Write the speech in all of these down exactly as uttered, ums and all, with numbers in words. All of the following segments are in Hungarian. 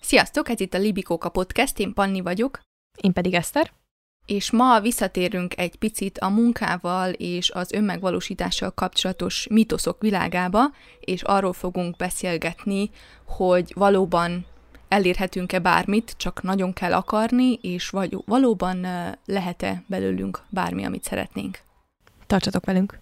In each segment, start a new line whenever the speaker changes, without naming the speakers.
Sziasztok, ez itt a Libikóka Podcast, én Panni vagyok.
Én pedig Eszter.
És ma visszatérünk egy picit a munkával és az önmegvalósítással kapcsolatos mítoszok világába, és arról fogunk beszélgetni, hogy valóban elérhetünk-e bármit, csak nagyon kell akarni, és vagy valóban lehet-e belőlünk bármi, amit szeretnénk.
Tartsatok velünk!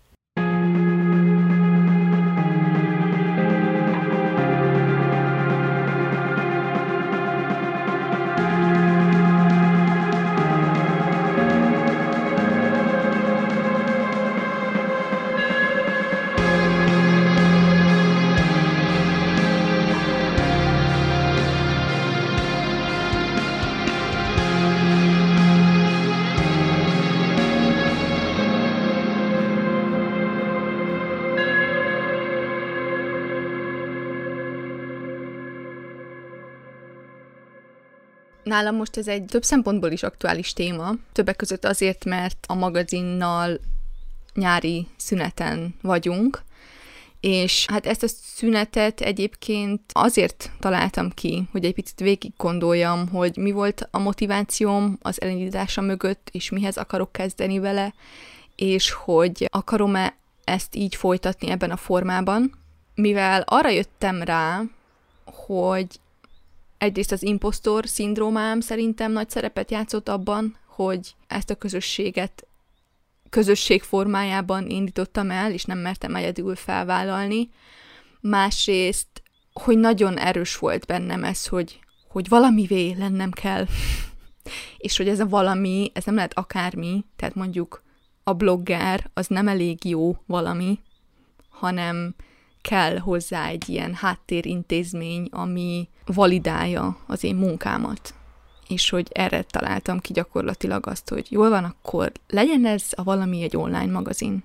Nálam most ez egy több szempontból is aktuális téma, többek között azért, mert a magazinnal nyári szüneten vagyunk, és hát ezt a szünetet egyébként azért találtam ki, hogy egy picit végig gondoljam, hogy mi volt a motivációm az elindítása mögött, és mihez akarok kezdeni vele, és hogy akarom-e ezt így folytatni ebben a formában, mivel arra jöttem rá, hogy egyrészt az impostor szindrómám szerintem nagy szerepet játszott abban, hogy ezt a közösséget közösség formájában indítottam el, és nem mertem egyedül felvállalni. Másrészt, hogy nagyon erős volt bennem ez, hogy, hogy valamivé lennem kell. És hogy ez a valami, ez nem lehet akármi, tehát mondjuk a blogger az nem elég jó valami, hanem kell hozzá egy ilyen háttérintézmény, ami validálja az én munkámat. És hogy erre találtam ki gyakorlatilag azt, hogy jól van, akkor legyen ez a valami egy online magazin.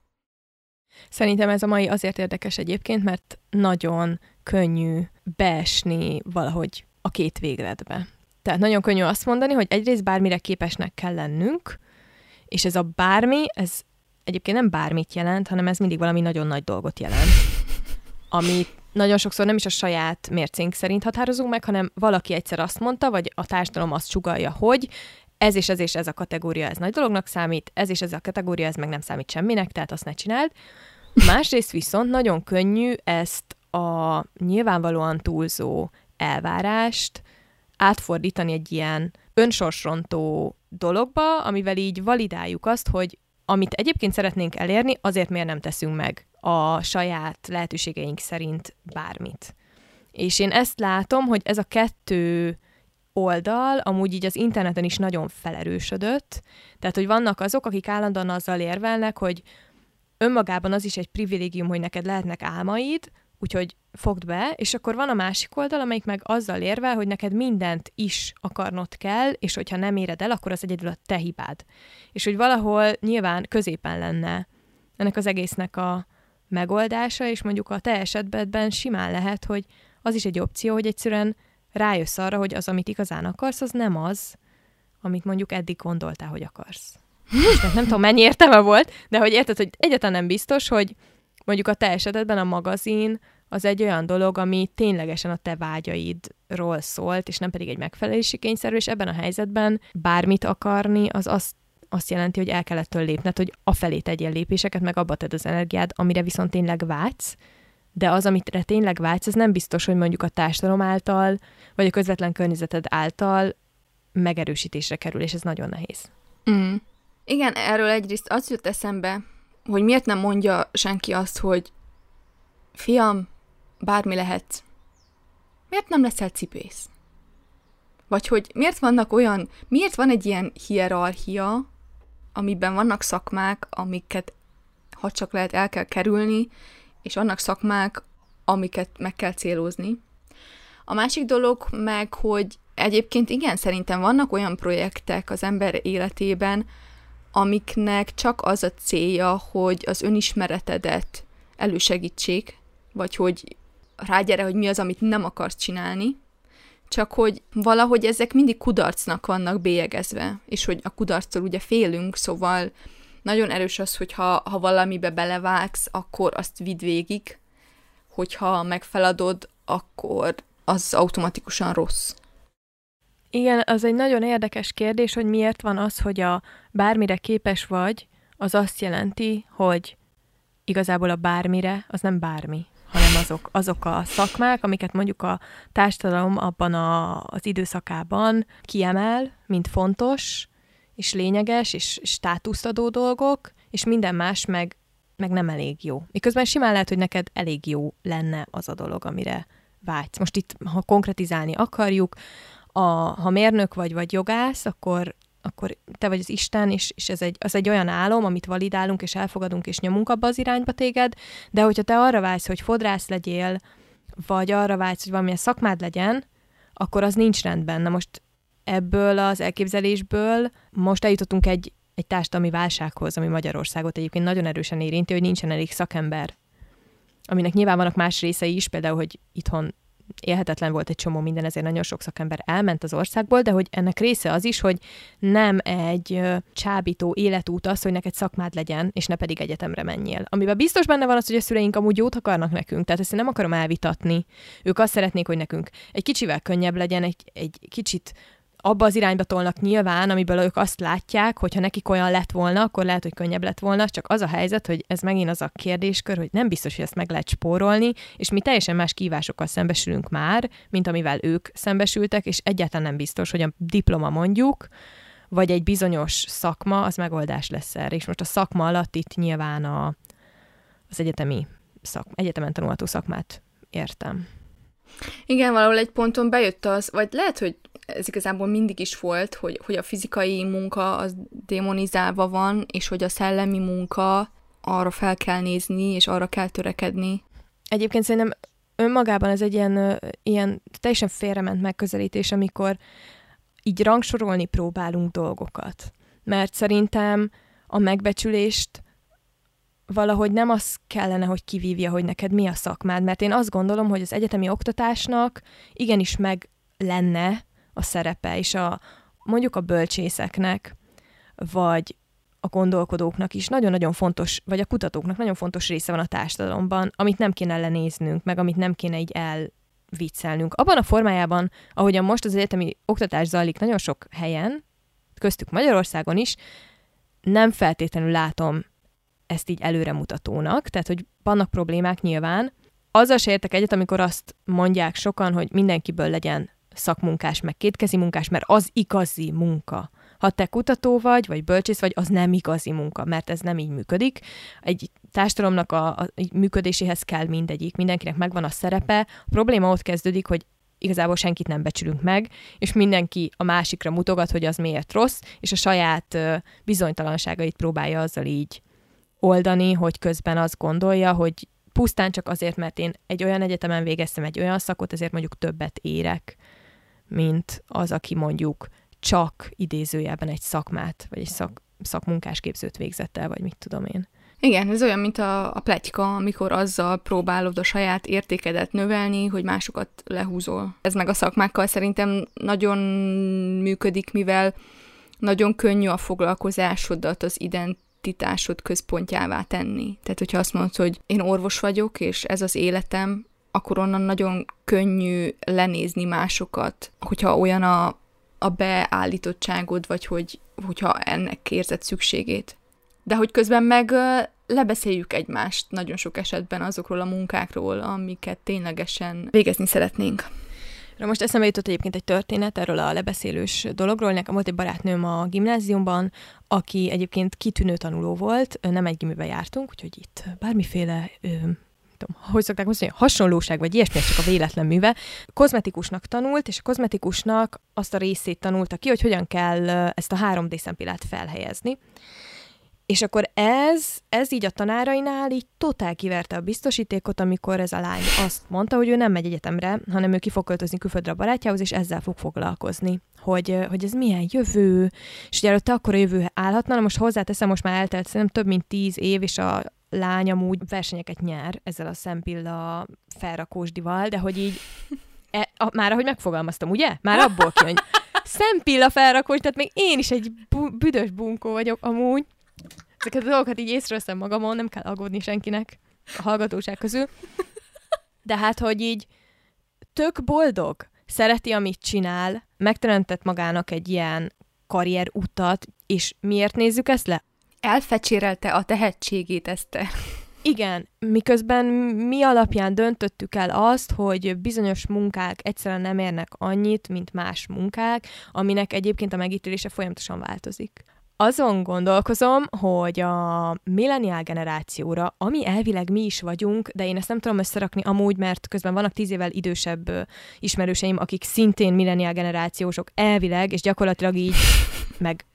Szerintem ez a mai azért érdekes egyébként, mert nagyon könnyű beesni valahogy a két végletbe. Tehát nagyon könnyű azt mondani, hogy egyrészt bármire képesnek kell lennünk, és ez a bármi, ez egyébként nem bármit jelent, hanem ez mindig valami nagyon nagy dolgot jelent. Ami nagyon sokszor nem is a saját mércénk szerint határozunk meg, hanem valaki egyszer azt mondta, vagy a társadalom azt sugallja, hogy ez és ez és ez a kategória, ez nagy dolognak számít, ez és ez a kategória, ez meg nem számít semminek, tehát azt ne csináld. Másrészt viszont nagyon könnyű ezt a nyilvánvalóan túlzó elvárást átfordítani egy ilyen önsorsrontó dologba, amivel így validáljuk azt, hogy amit egyébként szeretnénk elérni, azért miért nem teszünk meg a saját lehetőségeink szerint bármit. És én ezt látom, hogy ez a kettő oldal amúgy így az interneten is nagyon felerősödött, tehát, hogy vannak azok, akik állandóan azzal érvelnek, hogy önmagában az is egy privilégium, hogy neked lehetnek álmaid, úgyhogy fogd be, és akkor van a másik oldal, amelyik meg azzal érvel, hogy neked mindent is akarnod kell, és hogyha nem éred el, akkor az egyedül a te hibád. És hogy valahol nyilván középen lenne ennek az egésznek a megoldása, és mondjuk a te esetben simán lehet, hogy az is egy opció, hogy egyszerűen rájössz arra, hogy az, amit igazán akarsz, az nem az, amit mondjuk eddig gondoltál, hogy akarsz. És nem tudom, mennyi értelme volt, de hogy érted, hogy egyáltalán nem biztos, hogy mondjuk a te esetedben a magazin az egy olyan dolog, ami ténylegesen a te vágyaidról szólt, és nem pedig egy megfelelési kényszerű, és ebben a helyzetben bármit akarni, az azt azt jelenti, hogy el kell ettől lépned, hogy afelé tegyél lépéseket, meg abba tedd az energiád, amire viszont tényleg vágysz, de az, amire tényleg vágysz, ez nem biztos, hogy mondjuk a társadalom által, vagy a közvetlen környezeted által megerősítésre kerül, és ez nagyon nehéz.
Mm. Igen, erről egyrészt az jut eszembe, hogy miért nem mondja senki azt, hogy fiam, bármi lehet. Miért nem leszel cipész? Vagy hogy miért vannak olyan, miért van egy ilyen hierarchia, amiben vannak szakmák, amiket ha csak lehet el kell kerülni, és vannak szakmák, amiket meg kell célozni. A másik dolog meg, hogy egyébként igen, szerintem vannak olyan projektek az ember életében, amiknek csak az a célja, hogy az önismeretedet elősegítsék, vagy hogy rágyere, hogy mi az, amit nem akarsz csinálni, csak hogy valahogy ezek mindig kudarcnak vannak bélyegezve, és hogy a kudarctól ugye félünk, szóval nagyon erős az, hogy ha, ha valamibe belevágsz, akkor azt vidd végig, hogyha megfeladod, akkor az automatikusan rossz.
Igen, az egy nagyon érdekes kérdés, hogy miért van az, hogy a bármire képes vagy, az azt jelenti, hogy igazából a bármire, az nem bármi, hanem azok, azok a szakmák, amiket mondjuk a társadalom abban a, az időszakában kiemel, mint fontos, és lényeges, és státuszt adó dolgok, és minden más meg, meg nem elég jó. Miközben simán lehet, hogy neked elég jó lenne az a dolog, amire vágysz. Most itt, ha konkretizálni akarjuk, a, ha mérnök vagy, vagy jogász, akkor, akkor te vagy az Isten, és, és ez egy, az egy olyan álom, amit validálunk, és elfogadunk, és nyomunk abba az irányba téged, de hogyha te arra vágysz, hogy fodrász legyél, vagy arra vágysz, hogy valamilyen szakmád legyen, akkor az nincs rendben. Na most ebből az elképzelésből most eljutottunk egy, egy társadalmi válsághoz, ami Magyarországot egyébként nagyon erősen érinti, hogy nincsen elég szakember, aminek nyilván vannak más részei is, például, hogy itthon élhetetlen volt egy csomó minden, ezért nagyon sok szakember elment az országból, de hogy ennek része az is, hogy nem egy ö, csábító életút az, hogy neked szakmád legyen, és ne pedig egyetemre menjél. Amiben biztos benne van az, hogy a szüleink amúgy jót akarnak nekünk, tehát ezt én nem akarom elvitatni. Ők azt szeretnék, hogy nekünk egy kicsivel könnyebb legyen, egy, egy kicsit abba az irányba tolnak nyilván, amiből ők azt látják, hogy ha nekik olyan lett volna, akkor lehet, hogy könnyebb lett volna, csak az a helyzet, hogy ez megint az a kérdéskör, hogy nem biztos, hogy ezt meg lehet spórolni, és mi teljesen más kihívásokkal szembesülünk már, mint amivel ők szembesültek, és egyáltalán nem biztos, hogy a diploma mondjuk, vagy egy bizonyos szakma, az megoldás lesz erre. És most a szakma alatt itt nyilván a, az egyetemi szak, egyetemen tanulható szakmát értem.
Igen, valahol egy ponton bejött az, vagy lehet, hogy ez igazából mindig is volt, hogy, hogy a fizikai munka az démonizálva van, és hogy a szellemi munka arra fel kell nézni, és arra kell törekedni.
Egyébként szerintem önmagában ez egy ilyen, ilyen teljesen félrement megközelítés, amikor így rangsorolni próbálunk dolgokat. Mert szerintem a megbecsülést valahogy nem az kellene, hogy kivívja, hogy neked mi a szakmád, mert én azt gondolom, hogy az egyetemi oktatásnak igenis meg lenne a szerepe, és a, mondjuk a bölcsészeknek, vagy a gondolkodóknak is nagyon-nagyon fontos, vagy a kutatóknak nagyon fontos része van a társadalomban, amit nem kéne lenéznünk, meg amit nem kéne így elviccelnünk. Abban a formájában, ahogyan most az egyetemi oktatás zajlik nagyon sok helyen, köztük Magyarországon is, nem feltétlenül látom ezt így előremutatónak, tehát hogy vannak problémák nyilván. Azzal se értek egyet, amikor azt mondják sokan, hogy mindenkiből legyen szakmunkás, meg kétkezi munkás, mert az igazi munka. Ha te kutató vagy, vagy bölcsész vagy, az nem igazi munka, mert ez nem így működik. Egy társadalomnak a, a működéséhez kell mindegyik, mindenkinek megvan a szerepe. A probléma ott kezdődik, hogy igazából senkit nem becsülünk meg, és mindenki a másikra mutogat, hogy az miért rossz, és a saját uh, bizonytalanságait próbálja azzal így oldani, hogy közben azt gondolja, hogy pusztán csak azért, mert én egy olyan egyetemen végeztem egy olyan szakot, ezért mondjuk többet érek, mint az, aki mondjuk csak idézőjelben egy szakmát, vagy egy szak, szakmunkásképzőt végzett el, vagy mit tudom én.
Igen, ez olyan, mint a, a pletyka, amikor azzal próbálod a saját értékedet növelni, hogy másokat lehúzol. Ez meg a szakmákkal szerintem nagyon működik, mivel nagyon könnyű a foglalkozásodat az identitásod központjává tenni. Tehát, hogyha azt mondod, hogy én orvos vagyok, és ez az életem, akkor onnan nagyon könnyű lenézni másokat, hogyha olyan a, a beállítottságod, vagy hogy, hogyha ennek érzed szükségét. De hogy közben meg lebeszéljük egymást nagyon sok esetben azokról a munkákról, amiket ténylegesen végezni szeretnénk.
Most eszembe jutott egyébként egy történet erről a lebeszélős dologról. Nekem volt egy barátnőm a gimnáziumban, aki egyébként kitűnő tanuló volt, nem egy gimibe jártunk, úgyhogy itt bármiféle... Tudom, hogy szokták mondani, hasonlóság, vagy ilyesmi, csak a véletlen műve. Kozmetikusnak tanult, és a kozmetikusnak azt a részét tanulta ki, hogy hogyan kell ezt a három dé szempillát felhelyezni. És akkor ez, ez így a tanárainál így totál kiverte a biztosítékot, amikor ez a lány azt mondta, hogy ő nem megy egyetemre, hanem ő ki fog költözni külföldre a barátjához, és ezzel fog foglalkozni. Hogy, hogy ez milyen jövő, és ugye előtte akkora jövő állhatna, na most hozzáteszem, most már eltelt szerintem több mint tíz év, és a lány amúgy versenyeket nyer ezzel a szempilla felrakósdival, de hogy így, e, a, már ahogy megfogalmaztam, ugye? Már abból ki, hogy szempilla felrakós, tehát még én is egy bu- büdös bunkó vagyok amúgy. Ezeket a dolgokat így észreveszem magamon, nem kell aggódni senkinek a hallgatóság közül. De hát, hogy így tök boldog, szereti, amit csinál, megteremtett magának egy ilyen karrierutat, és miért nézzük ezt le?
Elfecsérelte a tehetségét, Eszter.
Igen, miközben mi alapján döntöttük el azt, hogy bizonyos munkák egyszerűen nem érnek annyit, mint más munkák, aminek egyébként a megítélése folyamatosan változik. Azon gondolkozom, hogy a millenial generációra, ami elvileg mi is vagyunk, de én ezt nem tudom összerakni amúgy, mert közben vannak tíz évvel idősebb ismerőseim, akik szintén millenial generációsok elvileg, és gyakorlatilag így, meg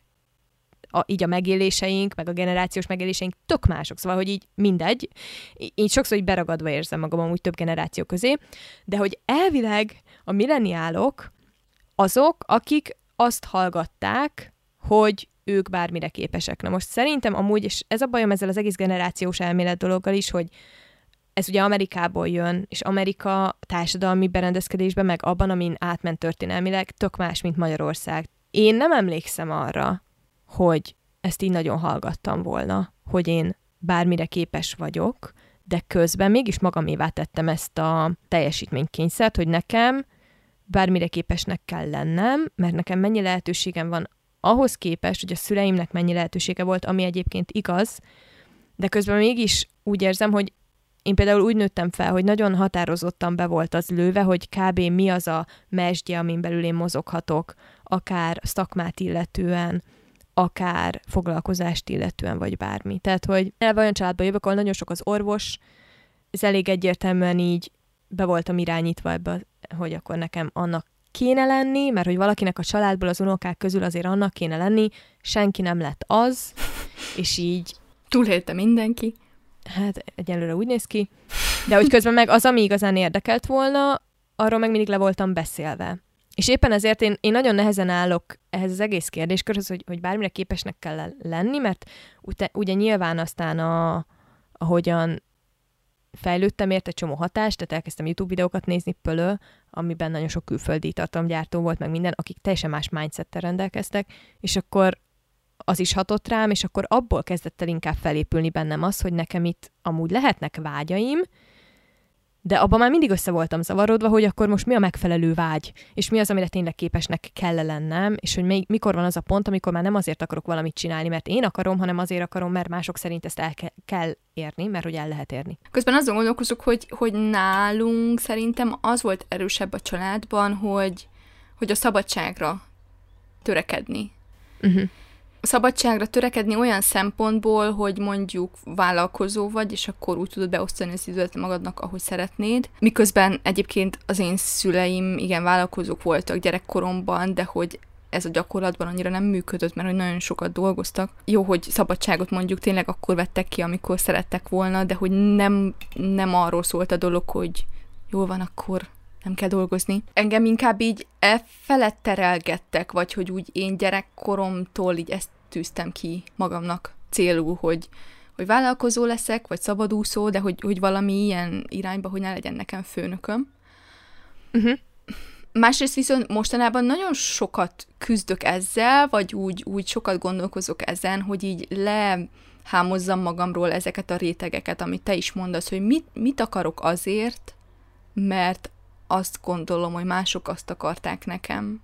a, így a megéléseink, meg a generációs megéléseink tök mások, szóval, hogy így mindegy. Én sokszor így beragadva érzem magam amúgy több generáció közé, de hogy elvileg a milleniálok azok, akik azt hallgatták, hogy ők bármire képesek. Na most szerintem amúgy, és ez a bajom ezzel az egész generációs elmélet dologgal is, hogy ez ugye Amerikából jön, és Amerika társadalmi berendezkedésben, meg abban, amin átment történelmileg, tök más, mint Magyarország. Én nem emlékszem arra, hogy ezt így nagyon hallgattam volna, hogy én bármire képes vagyok, de közben mégis magamévá tettem ezt a teljesítménykényszert, hogy nekem bármire képesnek kell lennem, mert nekem mennyi lehetőségem van ahhoz képest, hogy a szüleimnek mennyi lehetősége volt, ami egyébként igaz, de közben mégis úgy érzem, hogy én például úgy nőttem fel, hogy nagyon határozottan be volt az lőve, hogy kb. Mi az a mesdje, amin belül én mozoghatok, akár szakmát illetően, akár foglalkozást illetően, vagy bármi. Tehát, hogy elve olyan családba jövök, ahol nagyon sok az orvos, ez elég egyértelműen így be voltam irányítva ebbe, hogy akkor nekem annak kéne lenni, mert hogy valakinek a családból az unokák közül azért annak kéne lenni, senki nem lett az, és így...
Túlélte mindenki.
Hát egyelőre úgy néz ki. De hogy közben meg az, ami igazán érdekelt volna, arról meg mindig le voltam beszélve. És éppen ezért én, én nagyon nehezen állok ehhez az egész kérdéskörhöz, hogy, hogy bármire képesnek kell lenni, mert ugye, ugye nyilván aztán a, ahogyan fejlődtem, ért egy csomó hatást, tehát elkezdtem YouTube videókat nézni pölő, amiben nagyon sok külföldi tartalomgyártó volt, meg minden, akik teljesen más mindsettel rendelkeztek, és akkor az is hatott rám, és akkor abból kezdett el inkább felépülni bennem az, hogy nekem itt amúgy lehetnek vágyaim, de abban már mindig össze voltam zavarodva, hogy akkor most mi a megfelelő vágy, és mi az, amire tényleg képesnek kell lennem, és hogy még, mikor van az a pont, amikor már nem azért akarok valamit csinálni, mert én akarom, hanem azért akarom, mert mások szerint ezt el ke- kell érni, mert hogy el lehet érni.
Közben azon gondolkozok, hogy, hogy nálunk szerintem az volt erősebb a családban, hogy, hogy a szabadságra törekedni.
Uh-huh.
Szabadságra törekedni olyan szempontból, hogy mondjuk vállalkozó vagy, és akkor úgy tudod beosztani az időt magadnak, ahogy szeretnéd. Miközben egyébként az én szüleim igen vállalkozók voltak gyerekkoromban, de hogy ez a gyakorlatban annyira nem működött, mert hogy nagyon sokat dolgoztak. Jó, hogy szabadságot mondjuk tényleg akkor vettek ki, amikor szerettek volna, de hogy nem, nem arról szólt a dolog, hogy jól van, akkor nem kell dolgozni. Engem inkább így e felett terelgettek, vagy hogy úgy én gyerekkoromtól így ezt tűztem ki magamnak célul, hogy, hogy vállalkozó leszek, vagy szabadúszó, de hogy, hogy valami ilyen irányba, hogy ne legyen nekem főnököm.
Uh-huh.
Másrészt viszont mostanában nagyon sokat küzdök ezzel, vagy úgy, úgy sokat gondolkozok ezen, hogy így lehámozzam magamról ezeket a rétegeket, amit te is mondasz, hogy mit, mit akarok azért, mert azt gondolom, hogy mások azt akarták nekem.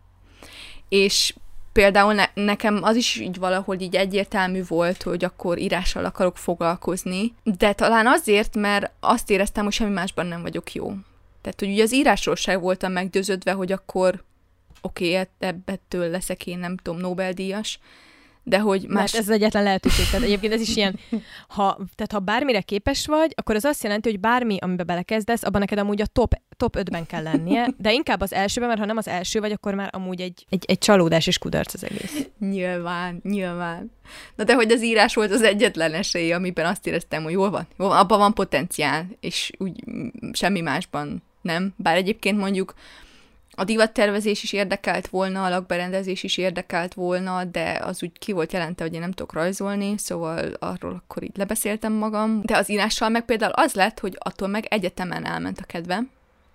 És például ne, nekem az is így valahol így egyértelmű volt, hogy akkor írással akarok foglalkozni, de talán azért, mert azt éreztem, hogy semmi másban nem vagyok jó. Tehát, hogy ugye az írásról sem voltam meggyőződve, hogy akkor oké, okay, ebből leszek én, nem tudom, Nobel-díjas, de hogy más...
Mert ez az egyetlen lehetőség. Tehát egyébként ez is ilyen, ha, tehát ha bármire képes vagy, akkor az azt jelenti, hogy bármi, amibe belekezdesz, abban neked amúgy a top, top ötben kell lennie, de inkább az elsőben, mert ha nem az első vagy, akkor már amúgy egy, egy, egy csalódás és kudarc az egész.
Nyilván, nyilván. Na de hogy az írás volt az egyetlen esély, amiben azt éreztem, hogy jól van, jól van, abban van potenciál, és úgy semmi másban nem. Bár egyébként mondjuk a divattervezés is érdekelt volna, a lakberendezés is érdekelt volna, de az úgy ki volt jelente, hogy én nem tudok rajzolni, szóval arról akkor így lebeszéltem magam. De az írással meg például az lett, hogy attól meg egyetemen elment a kedvem,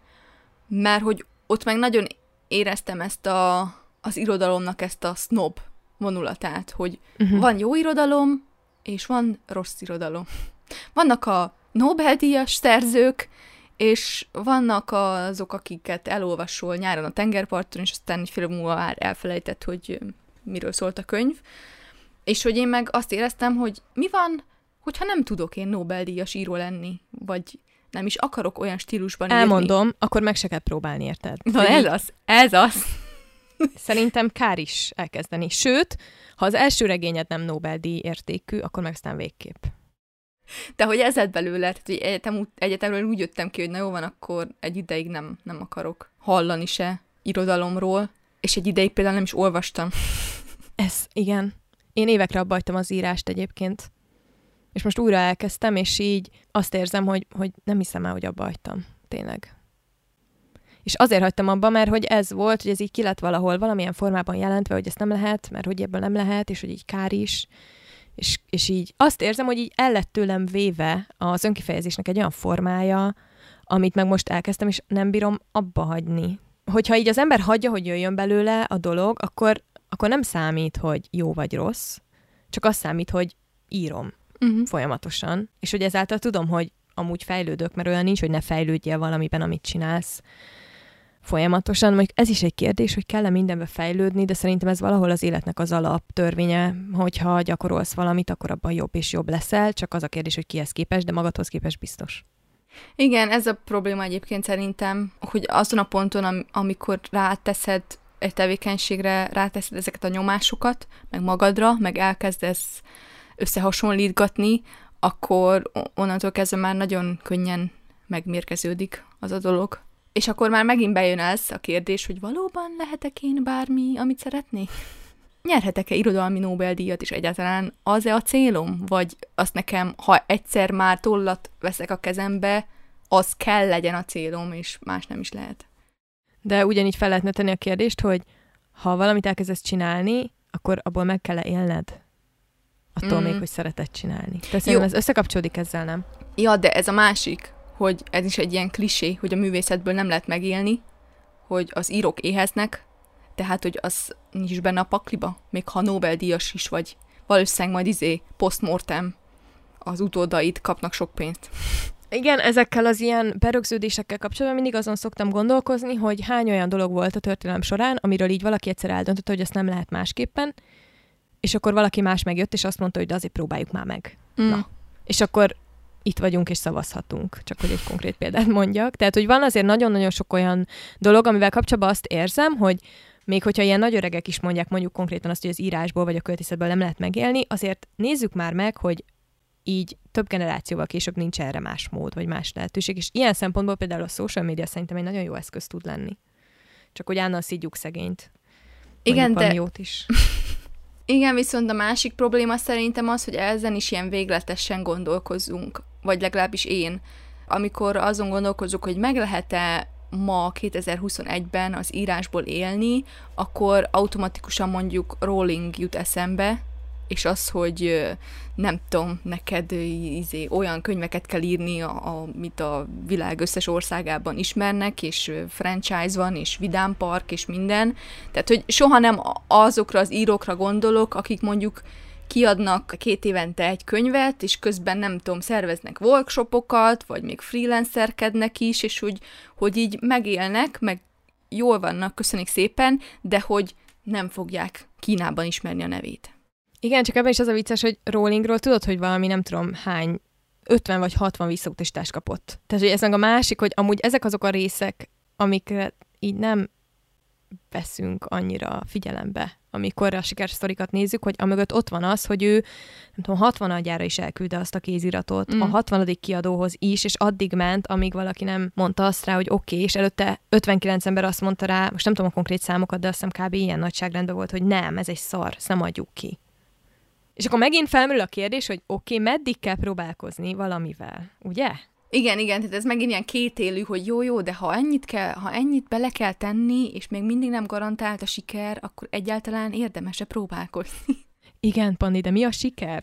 mert hogy ott meg nagyon éreztem ezt a, az irodalomnak ezt a snob vonulatát, hogy uh-huh. van jó irodalom, és van rossz irodalom. Vannak a Nobel-díjas szerzők, és vannak azok, akiket elolvasol nyáron a tengerparton, és aztán egy fél múlva már elfelejtett, hogy miről szólt a könyv, és hogy én meg azt éreztem, hogy mi van, hogyha nem tudok én Nobel-díjas író lenni, vagy nem is akarok olyan stílusban írni.
Elmondom, akkor meg se kell próbálni, érted?
Na ez az, ez az.
Szerintem kár is elkezdeni. Sőt, ha az első regényed nem Nobel-díj értékű, akkor meg aztán végképp.
De hogy ez lett belőle, tehát, hogy egyetem, egyetemről úgy jöttem ki, hogy na jó van, akkor egy ideig nem, nem akarok hallani se irodalomról, és egy ideig például nem is olvastam.
Ez, igen. Én évekre abba hagytam az írást egyébként. És most újra elkezdtem, és így azt érzem, hogy, hogy nem hiszem el, hogy abba hagytam. Tényleg. És azért hagytam abba, mert hogy ez volt, hogy ez így ki lett valahol valamilyen formában jelentve, hogy ezt nem lehet, mert hogy ebből nem lehet, és hogy így kár is. És, és így azt érzem, hogy így el lett tőlem véve az önkifejezésnek egy olyan formája, amit meg most elkezdtem, és nem bírom abba hagyni. Hogyha így az ember hagyja, hogy jöjjön belőle a dolog, akkor, akkor nem számít, hogy jó vagy rossz, csak az számít, hogy írom uh-huh. folyamatosan, és hogy ezáltal tudom, hogy amúgy fejlődök, mert olyan nincs, hogy ne fejlődjél valamiben, amit csinálsz folyamatosan. Mondjuk ez is egy kérdés, hogy kell-e mindenbe fejlődni, de szerintem ez valahol az életnek az alaptörvénye, hogyha gyakorolsz valamit, akkor abban jobb és jobb leszel, csak az a kérdés, hogy kihez képes, de magadhoz képes biztos.
Igen, ez a probléma egyébként szerintem, hogy azon a ponton, am- amikor ráteszed egy tevékenységre, ráteszed ezeket a nyomásokat, meg magadra, meg elkezdesz összehasonlítgatni, akkor onnantól kezdve már nagyon könnyen megmérgeződik az a dolog. És akkor már megint bejön ez a kérdés, hogy valóban lehetek én bármi, amit szeretnék? Nyerhetek-e irodalmi Nobel-díjat, és egyáltalán az-e a célom? Vagy azt nekem, ha egyszer már tollat veszek a kezembe, az kell legyen a célom, és más nem is lehet.
De ugyanígy fel lehetne tenni a kérdést, hogy ha valamit elkezdesz csinálni, akkor abból meg kell élned? Attól mm. még, hogy szereted csinálni. De szerintem ez összekapcsolódik ezzel, nem?
Ja, de ez a másik, hogy ez is egy ilyen klisé, hogy a művészetből nem lehet megélni, hogy az írók éheznek, tehát, hogy az nincs is benne a pakliba, még ha Nobel-díjas is vagy. Valószínűleg majd izé postmortem az utódaid kapnak sok pénzt.
Igen, ezekkel az ilyen berögződésekkel kapcsolatban mindig azon szoktam gondolkozni, hogy hány olyan dolog volt a történelem során, amiről így valaki egyszer eldöntötte, hogy ezt nem lehet másképpen, és akkor valaki más megjött, és azt mondta, hogy de azért próbáljuk már meg. Mm. Na. És akkor itt vagyunk, és szavazhatunk, csak hogy egy konkrét példát mondjak. Tehát, hogy van azért nagyon-nagyon sok olyan dolog, amivel kapcsolatban azt érzem, hogy még hogyha ilyen nagy öregek is mondják mondjuk konkrétan azt, hogy az írásból vagy a költészetből nem lehet megélni, azért nézzük már meg, hogy így több generációval később nincs erre más mód, vagy más lehetőség, és ilyen szempontból például a social media szerintem egy nagyon jó eszköz tud lenni. Csak hogy állna szídjuk szegényt.
Igen, de...
jót is.
Igen, viszont a másik probléma szerintem az, hogy ezen is ilyen végletesen gondolkozzunk, vagy legalábbis én, amikor azon gondolkozunk, hogy meg lehet-e ma kétezer-huszonegyben az írásból élni, akkor automatikusan mondjuk Rowling jut eszembe, és az, hogy nem tudom, neked izé, olyan könyveket kell írni, amit a világ összes országában ismernek, és franchise van, és vidámpark, és minden. Tehát, hogy soha nem azokra az írókra gondolok, akik mondjuk kiadnak két évente egy könyvet, és közben nem tudom, szerveznek workshopokat, vagy még freelancerkednek is, és hogy, hogy így megélnek, meg jól vannak, köszönjük szépen, de hogy nem fogják Kínában ismerni a nevét.
Igen, csak ebben is az a vicces, hogy Rowlingról tudod, hogy valami nem tudom hány, ötven vagy hatvan visszautasítást kapott. Tehát, hogy ez meg a másik, hogy amúgy ezek azok a részek, amikre így nem veszünk annyira figyelembe, amikor a sikersztorikat nézzük, hogy amögött ott van az, hogy ő, nem tudom, hatvanadjára is elküldte azt a kéziratot, mm. a hatvanadik kiadóhoz is, és addig ment, amíg valaki nem mondta azt rá, hogy oké, okay, és előtte ötvenkilenc ember azt mondta rá, most nem tudom a konkrét számokat, de azt hiszem kb. Ilyen nagyságrendben volt, hogy nem, ez egy szar, ezt nem adjuk ki. És akkor megint felmerül a kérdés, hogy oké, okay, meddig kell próbálkozni valamivel, ugye?
Igen, igen, tehát ez megint ilyen kétélű, hogy jó-jó, de ha ennyit, kell, ha ennyit bele kell tenni, és még mindig nem garantált a siker, akkor egyáltalán érdemes-e próbálkozni.
Igen, Pandi, de mi a siker?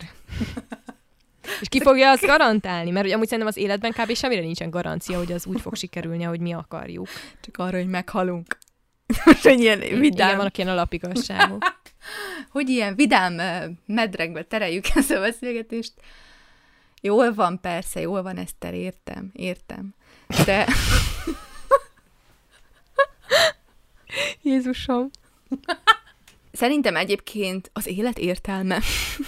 És ki fogja azt garantálni? Mert amúgy szerintem az életben kb. Semmire nincsen garancia, hogy az úgy fog sikerülni, ahogy mi akarjuk.
Csak arra, hogy meghalunk. Most, hogy ilyen vidám...
Igen, vannak ilyen alapigazságok.
Hogy ilyen vidám medrekbe tereljük ezt a beszélgetést. Jól van, persze, jól van, Eszter, értem, értem. de...
Jézusom.
Szerintem egyébként az élet értelme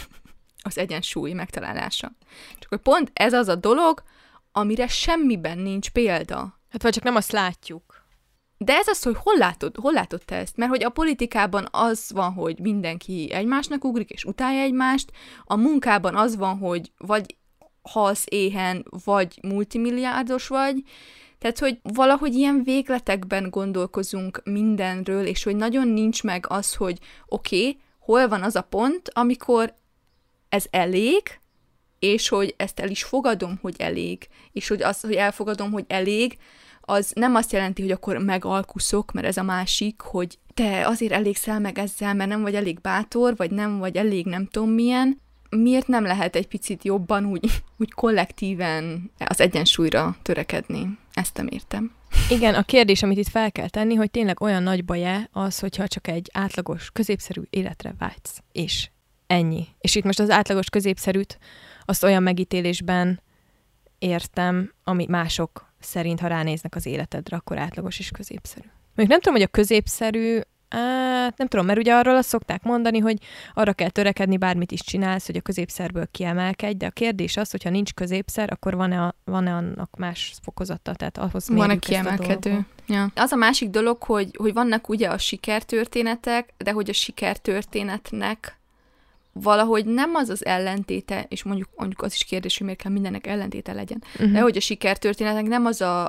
az egyensúly megtalálása. Csak hogy pont ez az a dolog, amire semmiben nincs példa.
Hát vagy csak nem azt látjuk.
De ez az, hogy hol látod, hol látod te ezt? Mert hogy a politikában az van, hogy mindenki egymásnak ugrik, és utálja egymást, a munkában az van, hogy vagy halsz éhen, vagy multimilliárdos vagy, tehát, hogy valahogy ilyen végletekben gondolkozunk mindenről, és hogy nagyon nincs meg az, hogy oké, okay, hol van az a pont, amikor ez elég, és hogy ezt el is fogadom, hogy elég, és hogy az, hogy elfogadom, hogy elég, az nem azt jelenti, hogy akkor megalkuszok, mert ez a másik, hogy te azért elégszel meg ezzel, mert nem vagy elég bátor, vagy nem vagy elég nem tudom milyen. Miért nem lehet egy picit jobban úgy, úgy kollektíven az egyensúlyra törekedni? Ezt nem értem.
Igen, a kérdés, amit itt fel kell tenni, hogy tényleg olyan nagy baj-e az, hogyha csak egy átlagos, középszerű életre vágysz. És ennyi. És itt most az átlagos középszerűt azt olyan megítélésben értem, ami mások szerint, ha ránéznek az életedre, akkor átlagos és középszerű. Még nem tudom, hogy a középszerű, hát nem tudom, mert ugye arról azt szokták mondani, hogy arra kell törekedni, bármit is csinálsz, hogy a középszerből kiemelkedj, de a kérdés az, hogyha nincs középszer, akkor van-e, a, van-e annak más fokozata, tehát ahhoz
van-e kiemelkedő. Ja. Az a másik dolog, hogy, hogy vannak ugye a sikertörténetek, de hogy a sikertörténetnek valahogy nem az az ellentéte, és mondjuk, mondjuk az is kérdés, hogy miért kell mindennek ellentéte legyen, uh-huh. de hogy a sikertörténetnek nem az a,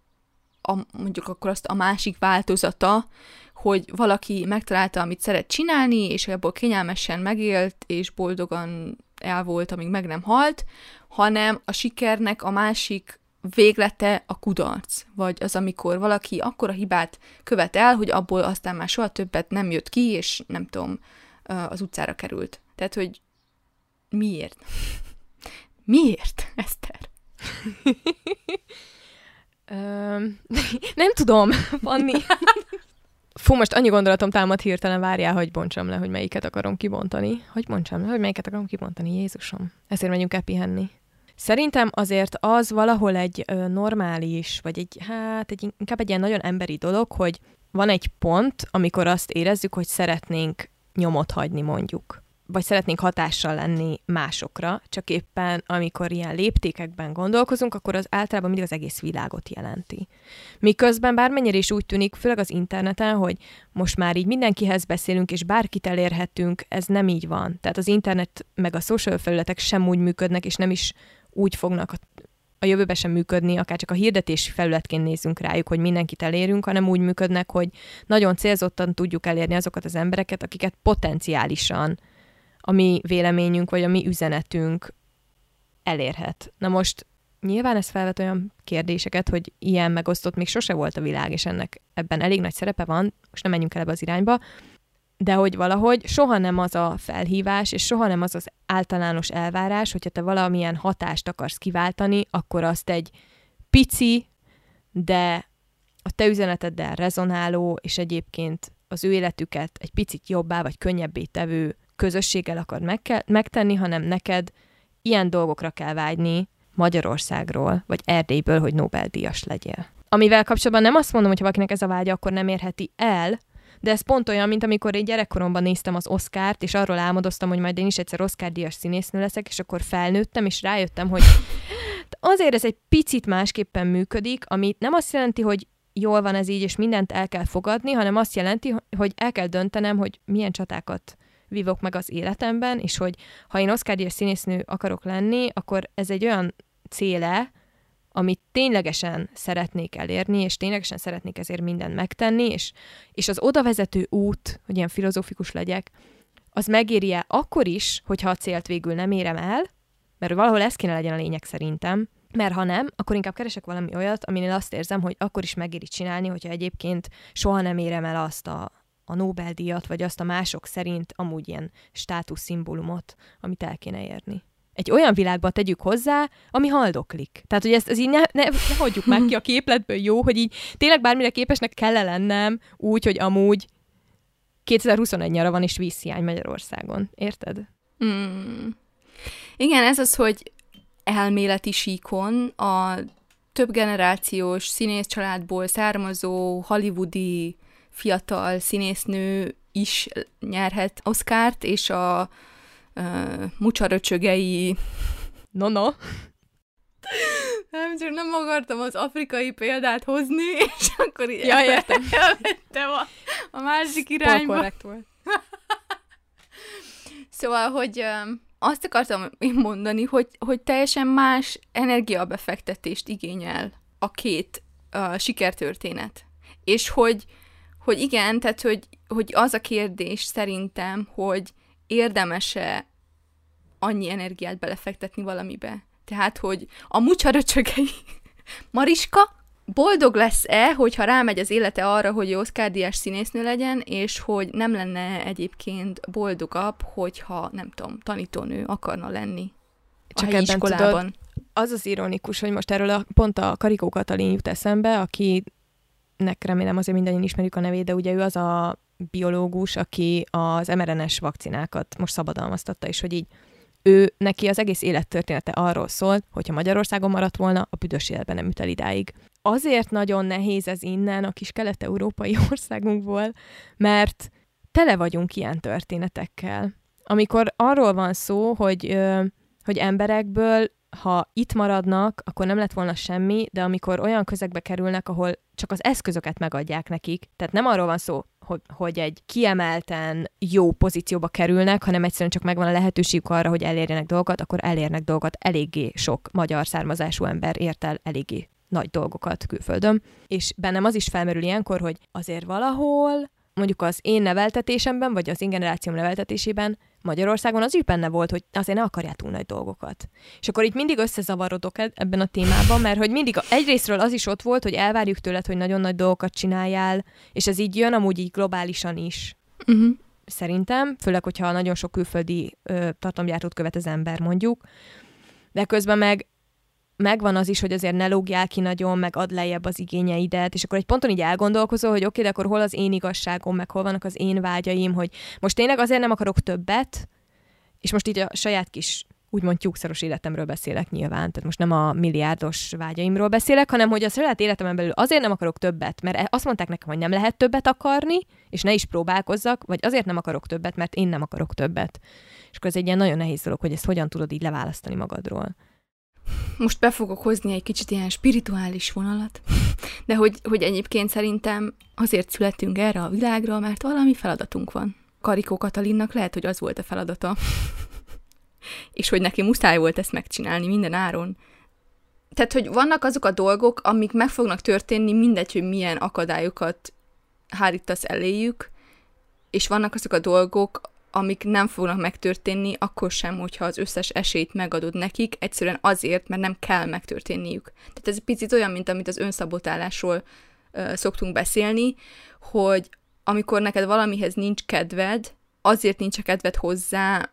a, mondjuk akkor azt a másik változata, hogy valaki megtalálta, amit szeret csinálni, és ebből kényelmesen megélt, és boldogan el volt, amíg meg nem halt, hanem a sikernek a másik véglete a kudarc, vagy az, amikor valaki akkora hibát követ el, hogy abból aztán már soha többet nem jött ki, és nem tudom, az utcára került. Tehát, hogy miért? Miért, Eszter?
Nem tudom, Fanni. Fú, most annyi gondolatom támad hirtelen, várjál, hogy bontsam le, hogy melyiket akarom kibontani. Hogy bontsam le, hogy melyiket akarom kibontani, Jézusom. Ezért megyünk el pihenni. Szerintem azért az valahol egy ö, normális, vagy egy, hát egy, inkább egy ilyen nagyon emberi dolog, hogy van egy pont, amikor azt érezzük, hogy szeretnénk nyomot hagyni, mondjuk. Vagy szeretnénk hatással lenni másokra, csak éppen amikor ilyen léptékekben gondolkozunk, akkor az általában mindig az egész világot jelenti. Miközben bármennyire is úgy tűnik, főleg az interneten, hogy most már így mindenkihez beszélünk, és bárkit elérhetünk, ez nem így van. Tehát az internet meg a social felületek sem úgy működnek, és nem is úgy fognak a, a jövőben sem működni, akár csak a hirdetési felületként nézzünk rájuk, hogy mindenkit elérünk, hanem úgy működnek, hogy nagyon célzottan tudjuk elérni azokat az embereket, akiket potenciálisan a mi véleményünk, vagy a mi üzenetünk elérhet. Na most nyilván ez felvet olyan kérdéseket, hogy ilyen megosztott még sose volt a világ, és ennek ebben elég nagy szerepe van, most nem menjünk el ebbe az irányba, de hogy valahogy soha nem az a felhívás, és soha nem az az általános elvárás, hogyha te valamilyen hatást akarsz kiváltani, akkor azt egy pici, de a te üzeneteddel rezonáló, és egyébként az ő életüket egy picit jobbá, vagy könnyebbé tevő közösséggel akar meg- megtenni, hanem neked ilyen dolgokra kell vágyni Magyarországról, vagy Erdélyből, hogy Nobel-díjas legyél. Amivel kapcsolatban nem azt mondom, hogy ha valakinek ez a vágya, akkor nem érheti el, de ez pont olyan, mint amikor én gyerekkoromban néztem az Oscart, és arról álmodoztam, hogy majd én is egyszer Oscar-díjas színésznő leszek, és akkor felnőttem, és rájöttem, hogy azért ez egy picit másképpen működik, ami nem azt jelenti, hogy jól van ez így, és mindent el kell fogadni, hanem azt jelenti, hogy el kell döntenem, hogy milyen csatákat vívok meg az életemben, és hogy ha én Oscar-díjas színésznő akarok lenni, akkor ez egy olyan céle, amit ténylegesen szeretnék elérni, és ténylegesen szeretnék ezért mindent megtenni, és, és az odavezető út, hogy ilyen filozófikus legyek, az megéri-e akkor is, hogyha a célt végül nem érem el, mert valahol ez kéne legyen a lényeg szerintem, mert ha nem, akkor inkább keresek valami olyat, aminél azt érzem, hogy akkor is megéri csinálni, hogyha egyébként soha nem érem el azt a a Nobel-díjat, vagy azt a mások szerint amúgy ilyen státuszszimbólumot, amit el kéne érni. Egy olyan világba tegyük hozzá, ami haldoklik. Tehát, hogy ezt, ezt így ne, ne, ne hagyjuk már ki a képletből, jó, hogy így tényleg bármire képesnek kell lennem úgy, hogy amúgy kétezer-huszonegy nyara van, és vízhiány Magyarországon. Érted?
Mm. Igen, ez az, hogy elméleti síkon a több generációs színész családból származó hollywoodi fiatal színésznő is nyerhet Oscart, és a uh, mucsaröcsögei...
No, no.
Nem, csak nem akartam az afrikai példát hozni, és akkor így
ja, értem.
elvettem a, a másik irányba.
Korrekt volt.
Szóval, hogy um, azt akartam én mondani, hogy, hogy teljesen más energiabefektetést igényel a két uh, sikertörténet. És hogy, hogy igen, tehát hogy, hogy az a kérdés szerintem, hogy érdemes-e annyi energiát belefektetni valamibe. Tehát, hogy a mucsaröcsögei Mariska boldog lesz-e, hogyha rámegy az élete arra, hogy Oscar-díjas színésznő legyen, és hogy nem lenne egyébként boldogabb, hogyha, nem tudom, tanítónő akarna lenni a
Csak
helyi
ebben
iskolában.
Tudod, az az ironikus, hogy most erről a, pont a Karikó Katalin jut eszembe, akinek remélem azért mindannyian ismerjük a nevét, de ugye ő az a biológus, aki az em er en es vakcinákat most szabadalmaztatta, és hogy így ő, neki az egész élettörténete arról szólt, hogyha Magyarországon maradt volna, a büdös életben nem jut el idáig. Azért nagyon nehéz ez innen, a kis kelet-európai országunkból, mert tele vagyunk ilyen történetekkel. Amikor arról van szó, hogy, hogy emberekből, ha itt maradnak, akkor nem lett volna semmi, de amikor olyan közegbe kerülnek, ahol csak az eszközöket megadják nekik, tehát nem arról van szó, hogy, hogy egy kiemelten jó pozícióba kerülnek, hanem egyszerűen csak megvan a lehetőségük arra, hogy elérjenek dolgokat, akkor elérnek dolgokat. Eléggé sok magyar származású ember ért el eléggé nagy dolgokat külföldön. És bennem az is felmerül ilyenkor, hogy azért valahol, mondjuk az én neveltetésemben, vagy az én generációm neveltetésében Magyarországon az is benne volt, hogy azért ne akarjál túl nagy dolgokat. És akkor itt mindig összezavarodok ebben a témában, mert hogy mindig a, egyrésztről az is ott volt, hogy elvárjuk tőled, hogy nagyon nagy dolgokat csináljál, és ez így jön amúgy így globálisan is.
Uh-huh.
Szerintem, főleg, hogyha nagyon sok külföldi ö, tartalomgyártót követ az ember, mondjuk. De közben meg megvan az is, hogy azért ne lógjál ki nagyon, meg add lejjebb az igényeidet, és akkor egy ponton így elgondolkozol, hogy oké, de akkor hol az én igazságom, meg hol vannak az én vágyaim, hogy most tényleg azért nem akarok többet, és most így a saját kis, úgymond tyúkszaros életemről beszélek nyilván, tehát most nem a milliárdos vágyaimról beszélek, hanem hogy a saját életemen belül azért nem akarok többet, mert azt mondták nekem, hogy nem lehet többet akarni, és ne is próbálkozzak, vagy azért nem akarok többet, mert én nem akarok többet. És akkor ez egy ilyen nagyon nehéz dolog, hogy ezt hogyan tudod így leválasztani magadról.
Most be fogok hozni egy kicsit ilyen spirituális vonalat, de hogy, hogy egyébként szerintem azért születtünk erre a világra, mert valami feladatunk van. Karikó Katalinnak lehet, hogy az volt a feladata, és hogy neki muszáj volt ezt megcsinálni minden áron. Tehát, hogy vannak azok a dolgok, amik meg fognak történni, mindegy, hogy milyen akadályokat hárítasz eléjük, és vannak azok a dolgok, amik nem fognak megtörténni, akkor sem, hogyha az összes esélyt megadod nekik, egyszerűen azért, mert nem kell megtörténniük. Tehát ez egy picit olyan, mint amit az önszabotálásról uh, szoktunk beszélni, hogy amikor neked valamihez nincs kedved, azért nincs a kedved hozzá,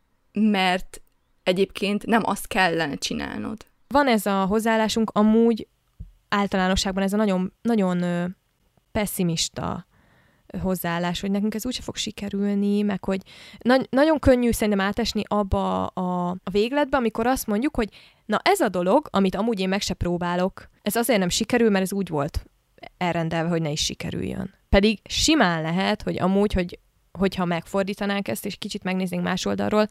mert egyébként nem azt kellene csinálnod.
Van ez a hozzáállásunk, amúgy általánosságban ez a nagyon, nagyon ö, pessimista hozzáállás, hogy nekünk ez úgyse fog sikerülni, meg hogy na- nagyon könnyű szerintem átesni abba a, a végletbe, amikor azt mondjuk, hogy na ez a dolog, amit amúgy én meg se próbálok, ez azért nem sikerül, mert ez úgy volt elrendelve, hogy ne is sikerüljön. Pedig simán lehet, hogy amúgy, hogy, hogyha megfordítanánk ezt, és kicsit megnéznénk más oldalról,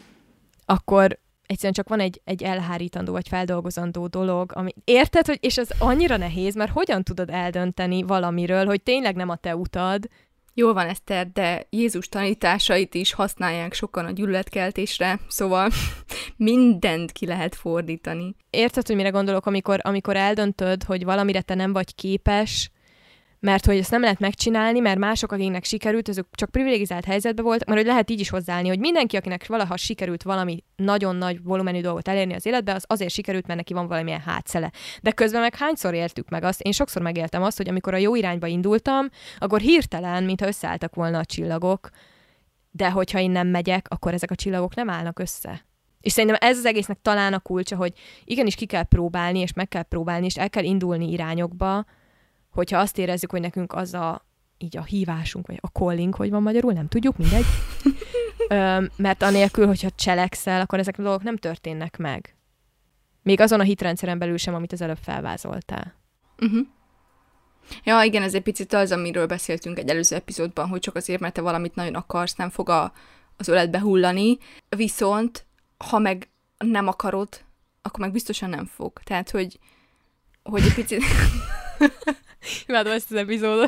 akkor egyszerűen csak van egy, egy elhárítandó, vagy feldolgozandó dolog, ami érted, hogy, és az annyira nehéz, mert hogyan tudod eldönteni valamiről, hogy tényleg nem a te utad.
Jól van, Eszter, de Jézus tanításait is használják sokan a gyűlöletkeltésre, szóval mindent ki lehet fordítani.
Érted, hogy mire gondolok, amikor, amikor eldöntöd, hogy valamire te nem vagy képes, mert hogy ezt nem lehet megcsinálni, mert mások, akiknek sikerült, azok csak privilegizált helyzetben voltak, mert hogy lehet így is hozzáállni, hogy mindenki, akinek valaha sikerült valami nagyon nagy volumenű dolgot elérni az életbe, az azért sikerült, mert neki van valamilyen hátszele. De közben meg hányszor éltük meg azt, én sokszor megéltem azt, hogy amikor a jó irányba indultam, akkor hirtelen, mintha összeálltak volna a csillagok, de hogyha én nem megyek, akkor ezek a csillagok nem állnak össze. És szerintem ez az egésznek talán a kulcsa, hogy igenis ki kell próbálni, és meg kell próbálni, és el kell indulni irányokba, hogyha azt érezzük, hogy nekünk az a, így a hívásunk, vagy a calling, hogy van magyarul, nem tudjuk, mindegy. Ö, mert anélkül, hogyha cselekszel, akkor ezek a dolgok nem történnek meg. Még azon a hitrendszeren belül sem, amit az előbb felvázoltál.
Uh-huh. Ja, igen, ez egy picit az, amiről beszéltünk egy előző epizódban, hogy csak azért, mert te valamit nagyon akarsz, nem fog a, az öletbe hullani, viszont ha meg nem akarod, akkor meg biztosan nem fog. Tehát, hogy, hogy egy picit...
Imádom ezt az epizódot.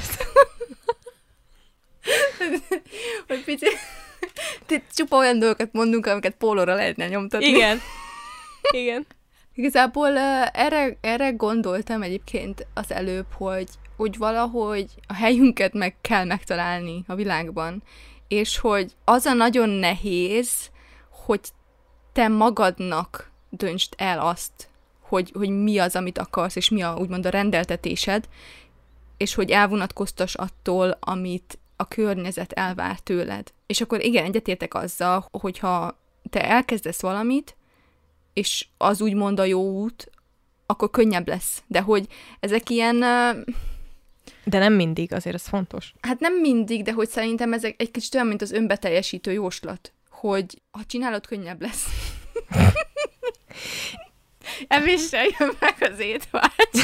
hogy picit... csupa olyan dolgokat mondunk, amiket pólóra lehetne nyomtatni.
Igen. Igen.
Igazából uh, erre, erre gondoltam egyébként az előbb, hogy, hogy valahogy a helyünket meg kell megtalálni a világban, és hogy az a nagyon nehéz, hogy te magadnak döntsd el azt, hogy, hogy mi az, amit akarsz, és mi a, úgymond a rendeltetésed, és hogy elvonatkoztass attól, amit a környezet elvár tőled. És akkor igen, egyetértek azzal, hogyha te elkezdesz valamit, és az úgymond a jó út, akkor könnyebb lesz. De hogy ezek ilyen...
De nem mindig, azért ez fontos.
Hát nem mindig, de hogy szerintem ezek egy kicsit olyan, mint az önbeteljesítő jóslat, hogy ha csinálod, könnyebb lesz. Evéssel jön meg az étvágy.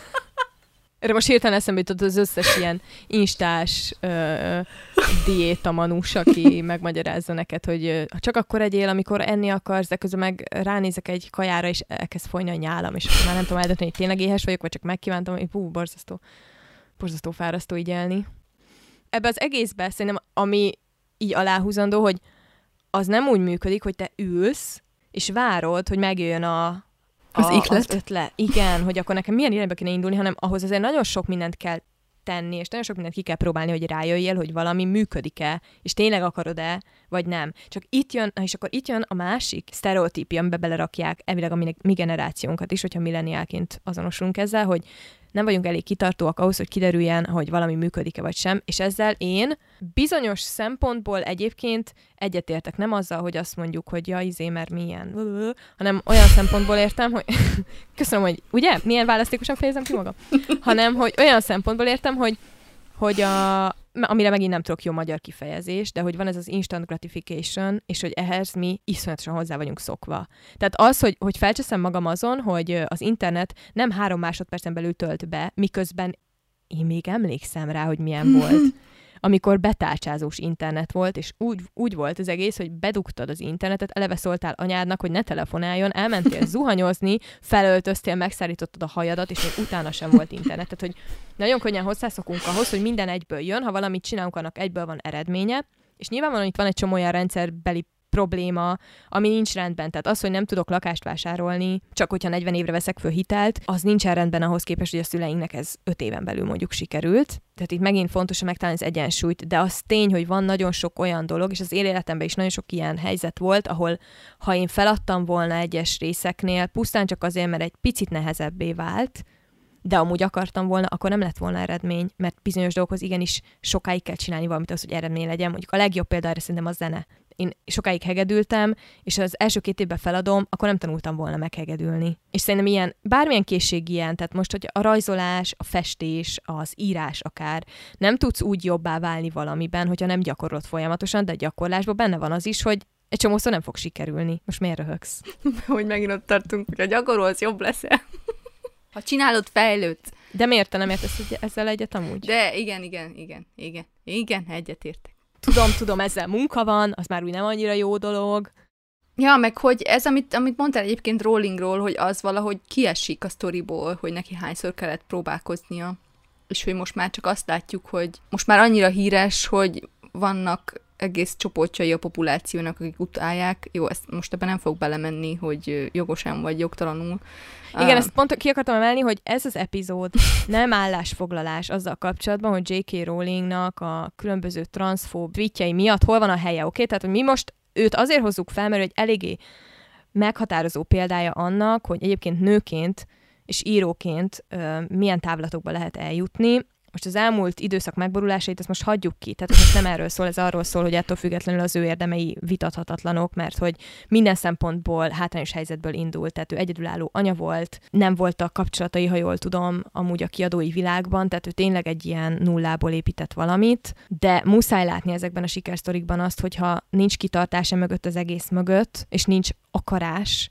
Erre most hirtelen eszembe jutott az összes ilyen instás ö, diétamanús, aki megmagyarázza neked, hogy ha csak akkor egyél, amikor enni akarsz, de közben meg ránézek egy kajára, és elkezd folyni a nyálam, és akkor már nem tudom eldönteni, hogy tényleg éhes vagyok, vagy csak megkívántam, hogy hú, borzasztó, borzasztó fárasztó így élni. Ebbe az egészben szerintem, ami így aláhúzandó, hogy az nem úgy működik, hogy te ülsz, és várod, hogy megjön a
Az iklet.
Az ötlet. Igen, hogy akkor nekem milyen irányba kéne indulni, hanem ahhoz azért nagyon sok mindent kell tenni, és nagyon sok mindent ki kell próbálni, hogy rájöjjél, hogy valami működik-e, és tényleg akarod-e, vagy nem. Csak itt jön, és akkor itt jön a másik sztereotípia, amiben belerakják elvileg a mi, mi generációnkat is, hogyha milleniálként azonosulunk ezzel, hogy nem vagyunk elég kitartóak ahhoz, hogy kiderüljen, hogy valami működik-e vagy sem, és ezzel én bizonyos szempontból egyébként egyetértek, nem azzal, hogy azt mondjuk, hogy ja, izé, mert milyen, hanem olyan szempontból értem, hogy köszönöm, hogy ugye, milyen választékosan fejezem ki magam, hanem, hogy olyan szempontból értem, hogy, hogy a, amire megint nem tudok jó magyar kifejezés, de hogy van ez az instant gratification, és hogy ehhez mi iszonyatosan hozzá vagyunk szokva. Tehát az, hogy, hogy felcseszem magam azon, hogy az internet nem három másodpercen belül tölt be, miközben én még emlékszem rá, hogy milyen volt. Amikor betárcsázós internet volt, és úgy, úgy volt az egész, hogy bedugtad az internetet, eleve szóltál anyádnak, hogy ne telefonáljon, elmentél zuhanyozni, felöltöztél, megszállítottad a hajadat, és még utána sem volt internet. Tehát, hogy nagyon könnyen hozzászokunk ahhoz, hogy minden egyből jön, ha valamit csinálunk, annak egyből van eredménye, és nyilvánvalóan itt van egy csomó olyan rendszerbeli probléma, ami nincs rendben. Tehát az, hogy nem tudok lakást vásárolni, csak hogyha negyven évre veszek föl hitelt, az nincsen rendben ahhoz képest, hogy a szüleinknek ez öt éven belül mondjuk sikerült. Tehát itt megint fontos megtalálni az egyensúlyt, de az tény, hogy van nagyon sok olyan dolog, és az én életemben is nagyon sok ilyen helyzet volt, ahol ha én feladtam volna egyes részeknél, pusztán csak azért, mert egy picit nehezebbé vált, de amúgy akartam volna, akkor nem lett volna eredmény, mert bizonyos dolgokhoz igenis sokáig kell csinálni valamit az, hogy eredmény legyen. Mondjuk a legjobb példa erre szerintem a zene. Én sokáig hegedültem, és az első két évben feladom, akkor nem tanultam volna meghegedülni. És szerintem ilyen, bármilyen készség ilyen, tehát most, hogy a rajzolás, a festés, az írás akár, nem tudsz úgy jobbá válni valamiben, hogyha nem gyakorolod folyamatosan, de a gyakorlásban benne van az is, hogy egy csomószor nem fog sikerülni. Most miért röhögsz?
Hogy megint ott tartunk, hogy a gyakorolsz, jobb leszel. Ha csinálod, fejlődsz.
De miért te nem értesz ezzel egyet amúgy?
De igen, igen, igen, igen, igen, egyetértek.
Tudom, tudom, ezzel munka van, az már úgy nem annyira jó dolog.
Ja, meg hogy ez, amit, amit mondtál egyébként Rollingról, hogy az valahogy kiesik a sztoriból, hogy neki hányszor kellett próbálkoznia. És hogy most már csak azt látjuk, hogy most már annyira híres, hogy vannak egész csoportjai a populációnak, akik utálják. Jó, ezt most ebben nem fog belemenni, hogy jogosan vagy jogtalanul.
Igen, uh, ezt pont ki akartam emelni, hogy ez az epizód nem állásfoglalás azzal kapcsolatban, hogy jé ká. Rowlingnak a különböző transzfób tweetjei miatt hol van a helye, oké? Okay? Tehát, hogy mi most őt azért hozzuk fel, mert egy eléggé meghatározó példája annak, hogy egyébként nőként és íróként uh, milyen távlatokba lehet eljutni. Most az elmúlt időszak megborulásait, ezt most hagyjuk ki. Tehát most nem erről szól, ez arról szól, hogy ettől függetlenül az ő érdemei vitathatatlanok, mert hogy minden szempontból hátrányos helyzetből indult. Tehát ő egyedülálló anya volt, nem voltak kapcsolatai, ha jól tudom, amúgy a kiadói világban, tehát ő tényleg egy ilyen nullából épített valamit, de muszáj látni ezekben a sikersztorikban azt, hogyha nincs kitartása mögött az egész mögött, és nincs akarás,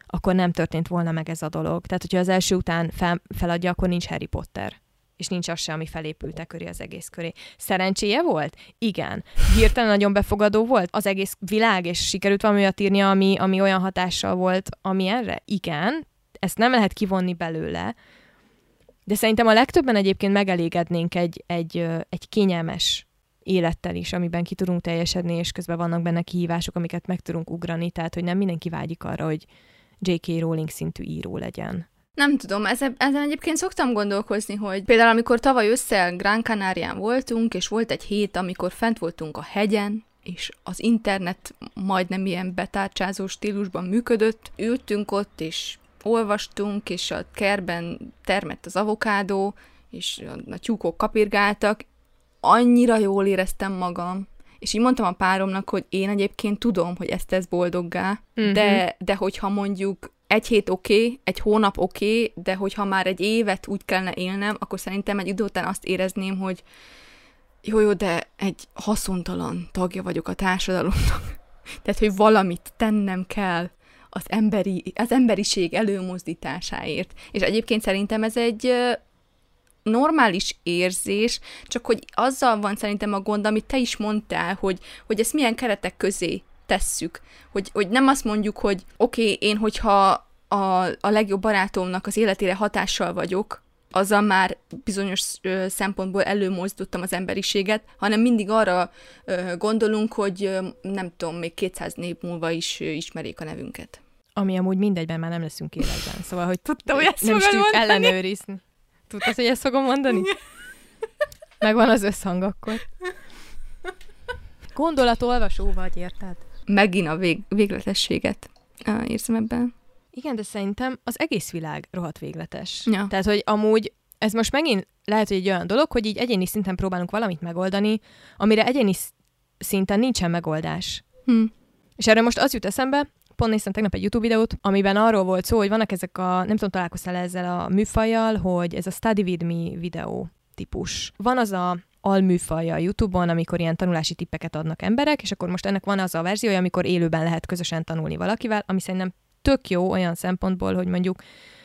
akkor nem történt volna meg ez a dolog. Tehát, hogyha az első után fel, feladja, akkor nincs Harry Potter. És nincs az se, ami felépült köré az egész köré. Szerencséje volt? Igen. Hirtelen nagyon befogadó volt az egész világ, és sikerült valami olyat írnia, ami, ami olyan hatással volt, ami erre? Igen. Ezt nem lehet kivonni belőle. De szerintem a legtöbben egyébként megelégednénk egy, egy, egy kényelmes élettel is, amiben ki tudunk teljesedni, és közben vannak benne kihívások, amiket meg tudunk ugrani, tehát hogy nem mindenki vágyik arra, hogy jé ká. Rowling szintű író legyen.
Nem tudom, ezen, ezen egyébként szoktam gondolkozni, hogy például amikor tavaly ősszel Gran Canarián voltunk, és volt egy hét, amikor fent voltunk a hegyen, és az internet majdnem ilyen betárcsázó stílusban működött, ültünk ott, és olvastunk, és a kertben termett az avokádó, és a, a tyúkok kapirgáltak, annyira jól éreztem magam, és így mondtam a páromnak, hogy én egyébként tudom, hogy ezt tesz boldoggá, uh-huh. de, de hogyha mondjuk egy hét oké, okay, egy hónap oké, okay, de hogyha már egy évet úgy kellene élnem, akkor szerintem egy idő után azt érezném, hogy jó, jó, de egy haszontalan tagja vagyok a társadalomnak. Tehát, hogy valamit tennem kell az, emberi, az emberiség előmozdításáért. És egyébként szerintem ez egy normális érzés, csak hogy azzal van szerintem a gond, amit te is mondtál, hogy, hogy ezt milyen keretek közé tesszük. Hogy, hogy nem azt mondjuk, hogy oké, okay, én hogyha a, a legjobb barátomnak az életére hatással vagyok, azzal már bizonyos ö, szempontból előmozdítottam az emberiséget, hanem mindig arra ö, gondolunk, hogy ö, nem tudom, még kétszáz év múlva is ö, ismerik a nevünket.
Ami amúgy mindegyben már nem leszünk életben. Szóval, hogy
tudtam, hogy ezt
nem is tudjuk
mondani.
ellenőrizni. Tudtad, hogy ezt fogom mondani? Megvan az összhang akkor. Gondolatolvasó vagy, érted?
Megint a vég, végletességet uh, érzem ebben.
Igen, de szerintem az egész világ rohadt végletes.
Ja.
Tehát, hogy amúgy ez most megint lehet, hogy egy olyan dolog, hogy így egyéni szinten próbálunk valamit megoldani, amire egyéni szinten nincsen megoldás.
Hm.
És erről most az jut eszembe, pont néztem tegnap egy YouTube videót, amiben arról volt szó, hogy vannak ezek a, nem tudom, találkoztál ezzel a műfajjal, hogy ez a Study With Me videó típus. Van az a alműfaj a YouTube-on, amikor ilyen tanulási tippeket adnak emberek, és akkor most ennek van az a verziója, amikor élőben lehet közösen tanulni valakivel, ami szerintem tök jó olyan szempontból, hogy mondjuk,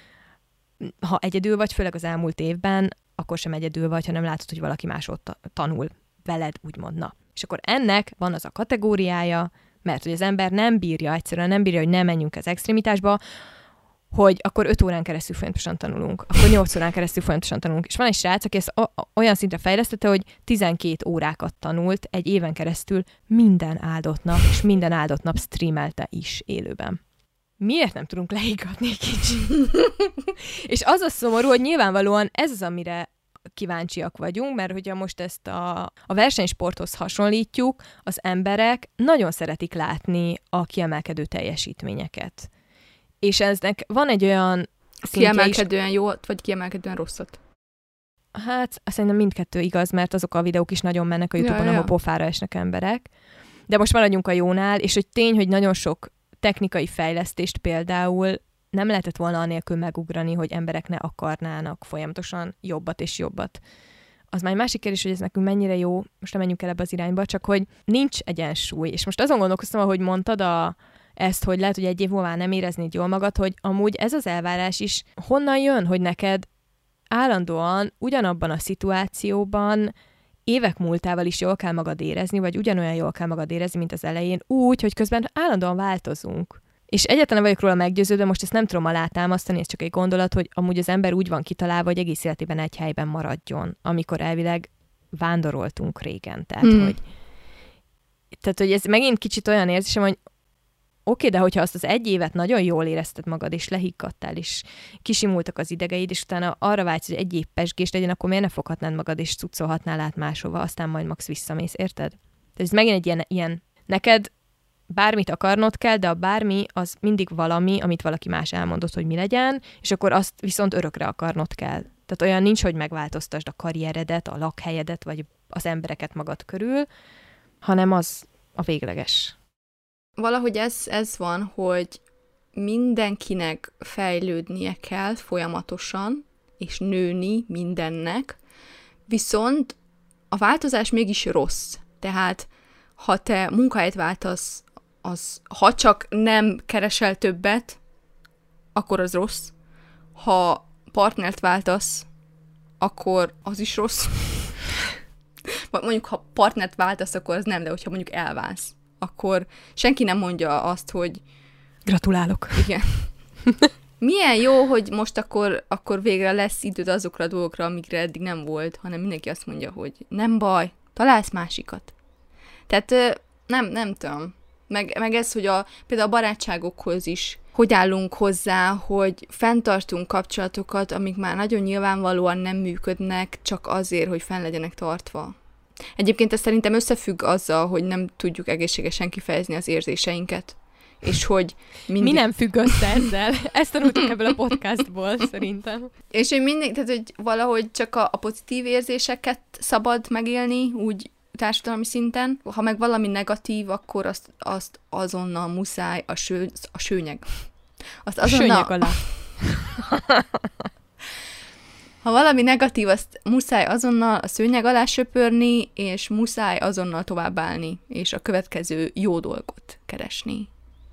ha egyedül vagy, főleg az elmúlt évben, akkor sem egyedül vagy, ha nem látod, hogy valaki más ott tanul veled, úgymond. Na. És akkor ennek van az a kategóriája, mert hogy az ember nem bírja, egyszerűen nem bírja, hogy ne menjünk az extremitásba, hogy akkor öt órán keresztül folyamatosan tanulunk, akkor nyolc órán keresztül folyamatosan tanulunk. És van egy srác, aki ezt olyan szintre fejlesztette, hogy tizenkét órákat tanult egy éven keresztül minden áldott nap, és minden áldott nap streamelte is élőben. Miért nem tudunk leiggatni egy kicsit? És az a szomorú, hogy nyilvánvalóan ez az, amire kíváncsiak vagyunk, mert hogyha most ezt a, a versenysporthoz hasonlítjuk, az emberek nagyon szeretik látni a kiemelkedő teljesítményeket. És eznek van egy olyan
kiemelkedően is... jót, vagy kiemelkedően rosszat?
Hát, szerintem mindkettő igaz, mert azok a videók is nagyon mennek a YouTube-on, ja, ahol ja. pofára esnek emberek. De most maradjunk a jónál, és hogy tény, hogy nagyon sok technikai fejlesztést például nem lehetett volna anélkül megugrani, hogy emberek ne akarnának folyamatosan jobbat és jobbat. Az már egy másik kérdés, hogy ez nekünk mennyire jó, most nem menjünk el ebbe az irányba, csak hogy nincs egyensúly. És most azon gondolkoztam, ahogy mondtad a, ezt, hogy lehet, hogy egy év múlva nem éreznéd jól magad, hogy amúgy ez az elvárás is honnan jön, hogy neked állandóan ugyanabban a szituációban évek múltával is jól kell magad érezni, vagy ugyanolyan jól kell magad érezni, mint az elején, úgy, hogy közben állandóan változunk. És egyáltalán vagyok róla meggyőződve, most ezt nem tudom alátámasztani, ez csak egy gondolat, hogy amúgy az ember úgy van kitalálva, hogy egész életében egy helyben maradjon, amikor elvileg vándoroltunk régen. Tehát, mm. hogy, tehát, hogy ez megint kicsit olyan érzésem, hogy oké, de hogyha azt az egy évet nagyon jól érezted magad, és lehiggadtál, és kisimultak az idegeid, és utána arra vágysz, hogy egy év pezsgés legyen, akkor miért ne foghatnád magad, és cuccolhatnál át máshova, aztán majd max visszamész, érted? Tehát ez megint egy ilyen, ilyen neked bármit akarnod kell, de a bármi az mindig valami, amit valaki más elmondott, hogy mi legyen, és akkor azt viszont örökre akarnod kell. Tehát olyan nincs, hogy megváltoztasd a karrieredet, a lakhelyedet, vagy az embereket magad körül, hanem az a végleges.
Valahogy ez, ez van, hogy mindenkinek fejlődnie kell folyamatosan, és nőni mindennek, viszont a változás mégis rossz. Tehát ha te munkahelyet váltasz, az, ha csak nem keresel többet, akkor az rossz. Ha partnert váltasz, akkor az is rossz. Vagy mondjuk, ha partnert váltasz, akkor az nem, de hogyha mondjuk elválsz, akkor senki nem mondja azt, hogy...
Gratulálok.
Igen. Milyen jó, hogy most akkor, akkor végre lesz időd azokra a dolgokra, amikre eddig nem volt, hanem mindenki azt mondja, hogy nem baj, találsz másikat. Tehát nem, nem tudom. Meg, meg ez, hogy a, például a barátságokhoz is hogy állunk hozzá, hogy fenntartunk kapcsolatokat, amik már nagyon nyilvánvalóan nem működnek, csak azért, hogy fenn legyenek tartva. Egyébként ez szerintem összefügg azzal, hogy nem tudjuk egészségesen kifejezni az érzéseinket. És hogy mindig...
Mi nem függ össze ezzel? Ezt tanultuk ebből a podcastból, szerintem.
És hogy mindig, tehát hogy valahogy csak a, a pozitív érzéseket szabad megélni, úgy társadalmi szinten. Ha meg valami negatív, akkor azt, azt azonnal muszáj a, ső, a sőnyeg. Azt azonnal...
Sőnyeg alá.
Ha valami negatív, azt muszáj azonnal a szőnyeg alá söpörni, és muszáj azonnal továbbállni, és a következő jó dolgot keresni,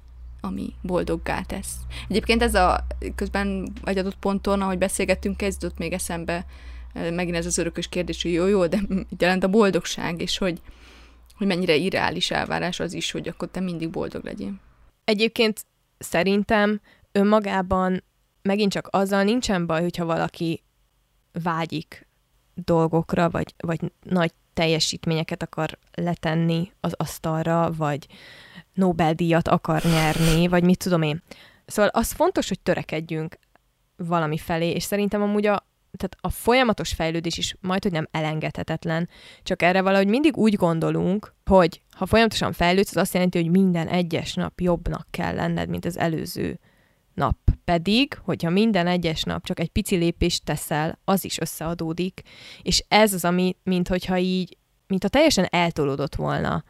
ami boldoggá tesz. Egyébként ez a közben egy adott ponton, ahogy beszélgettünk, ez jutott még eszembe megint ez az örökös kérdés, hogy jó-jó, de mit jelent a boldogság, és hogy, hogy mennyire irreális elvárás az is, hogy akkor te mindig boldog legyél.
Egyébként szerintem önmagában megint csak azzal nincsen baj, hogyha valaki vágyik dolgokra, vagy, vagy nagy teljesítményeket akar letenni az asztalra, vagy Nobel-díjat akar nyerni, vagy mit tudom én. Szóval az fontos, hogy törekedjünk valami felé, és szerintem amúgy a, tehát a folyamatos fejlődés is majdhogy nem elengedhetetlen, csak erre valahogy mindig úgy gondolunk, hogy ha folyamatosan fejlődsz, az azt jelenti, hogy minden egyes nap jobbnak kell lenned, mint az előző nap. Pedig, hogyha minden egyes nap csak egy pici lépést teszel, az is összeadódik, és ez az, ami, mint hogyha így, mint ha teljesen eltolódott volna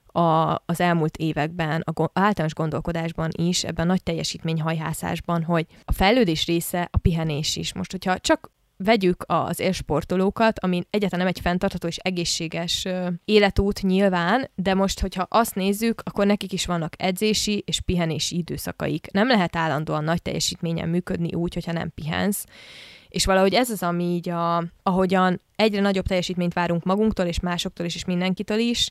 a, az elmúlt években, a go- általános gondolkodásban is, ebben a nagy teljesítményhajhászásban, hogy a fejlődés része a pihenés is. Most, hogyha csak vegyük az élsportolókat, ami egyáltalán nem egy fenntartható és egészséges ö, életút nyilván, de most, hogyha azt nézzük, akkor nekik is vannak edzési és pihenési időszakaik. Nem lehet állandóan nagy teljesítményen működni úgy, hogyha nem pihensz. És valahogy ez az, ami így, a, ahogyan egyre nagyobb teljesítményt várunk magunktól, és másoktól is, és mindenkitől is,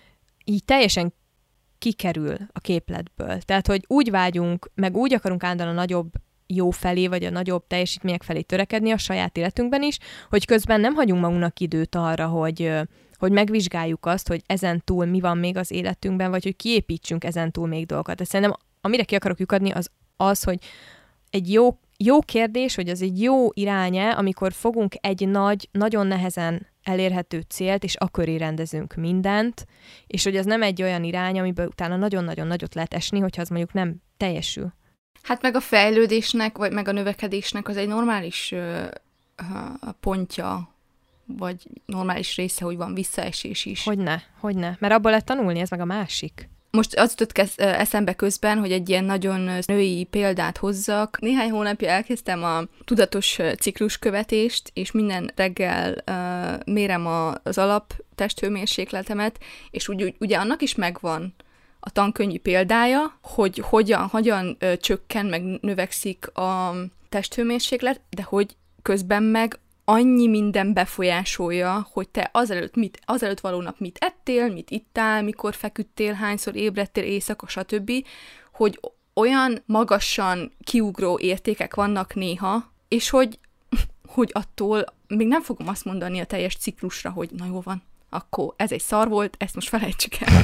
így teljesen kikerül a képletből. Tehát, hogy úgy vágyunk, meg úgy akarunk állandóan a nagyobb jó felé, vagy a nagyobb teljesítmények felé törekedni a saját életünkben is, hogy közben nem hagyunk magunknak időt arra, hogy, hogy megvizsgáljuk azt, hogy ezen túl mi van még az életünkben, vagy hogy kiépítsünk ezen túl még dolgokat. De szerintem amire ki akarok lyukadni, az az, hogy egy jó, jó kérdés, hogy az egy jó irány-e, amikor fogunk egy nagy, nagyon nehezen elérhető célt, és akköré rendezünk mindent, és hogy az nem egy olyan irány, amiben utána nagyon-nagyon nagyot lehet esni, hogyha az mondjuk nem teljesül.
Hát meg a fejlődésnek, vagy meg a növekedésnek az egy normális ö, ö, pontja, vagy normális része, hogy van visszaesés is.
Hogyne, hogyne. Mert abból lehet tanulni, ez meg a másik.
Most az jutott eszembe közben, hogy egy ilyen nagyon női példát hozzak. Néhány hónapja elkezdtem a tudatos cikluskövetést, és minden reggel uh, mérem a, az alap testhőmérsékletemet, és úgy, úgy, ugye annak is megvan a tankönyvi példája, hogy hogyan, hogyan ö, csökken, meg növekszik a testhőmérséklet, de hogy közben meg annyi minden befolyásolja, hogy te azelőtt, mit, azelőtt való nap mit ettél, mit ittál, mikor feküdtél, hányszor ébredtél éjszaka, stb., hogy olyan magasan kiugró értékek vannak néha, és hogy, hogy attól még nem fogom azt mondani a teljes ciklusra, hogy na jó van, akkor ez egy szar volt, ezt most felejtsük el.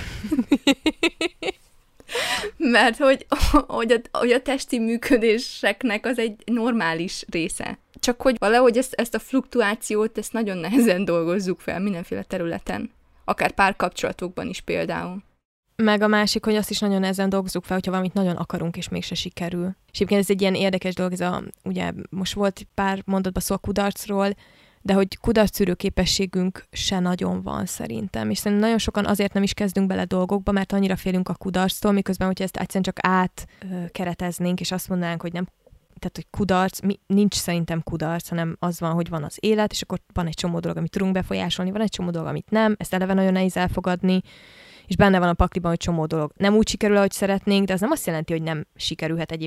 Mert hogy, hogy, a, hogy a testi működéseknek az egy normális része. Csak hogy valahogy ezt, ezt a fluktuációt, ezt nagyon nehezen dolgozzuk fel mindenféle területen. Akár párkapcsolatokban is például.
Meg a másik, hogy azt is nagyon nehezen dolgozzuk fel, hogyha valamit nagyon akarunk, és mégse sikerül. És egyébként ez egy ilyen érdekes dolog, ez a, ugye most volt pár mondatban szó a kudarcról, de hogy kudarcszűrő képességünk se nagyon van szerintem. És szerintem nagyon sokan azért nem is kezdünk bele dolgokba, mert annyira félünk a kudarctól, miközben, hogyha ezt egyszerűen csak átkereteznénk, és azt mondanánk, hogy nem, tehát, hogy kudarc, mi, nincs szerintem kudarc, hanem az van, hogy van az élet, és akkor van egy csomó dolog, amit tudunk befolyásolni, van egy csomó dolog, amit nem, ezt eleve nagyon nehéz elfogadni, és benne van a pakliban, hogy csomó dolog nem úgy sikerül, ahogy szeretnénk, de az nem azt jelenti, hogy nem sikerülhet egyébként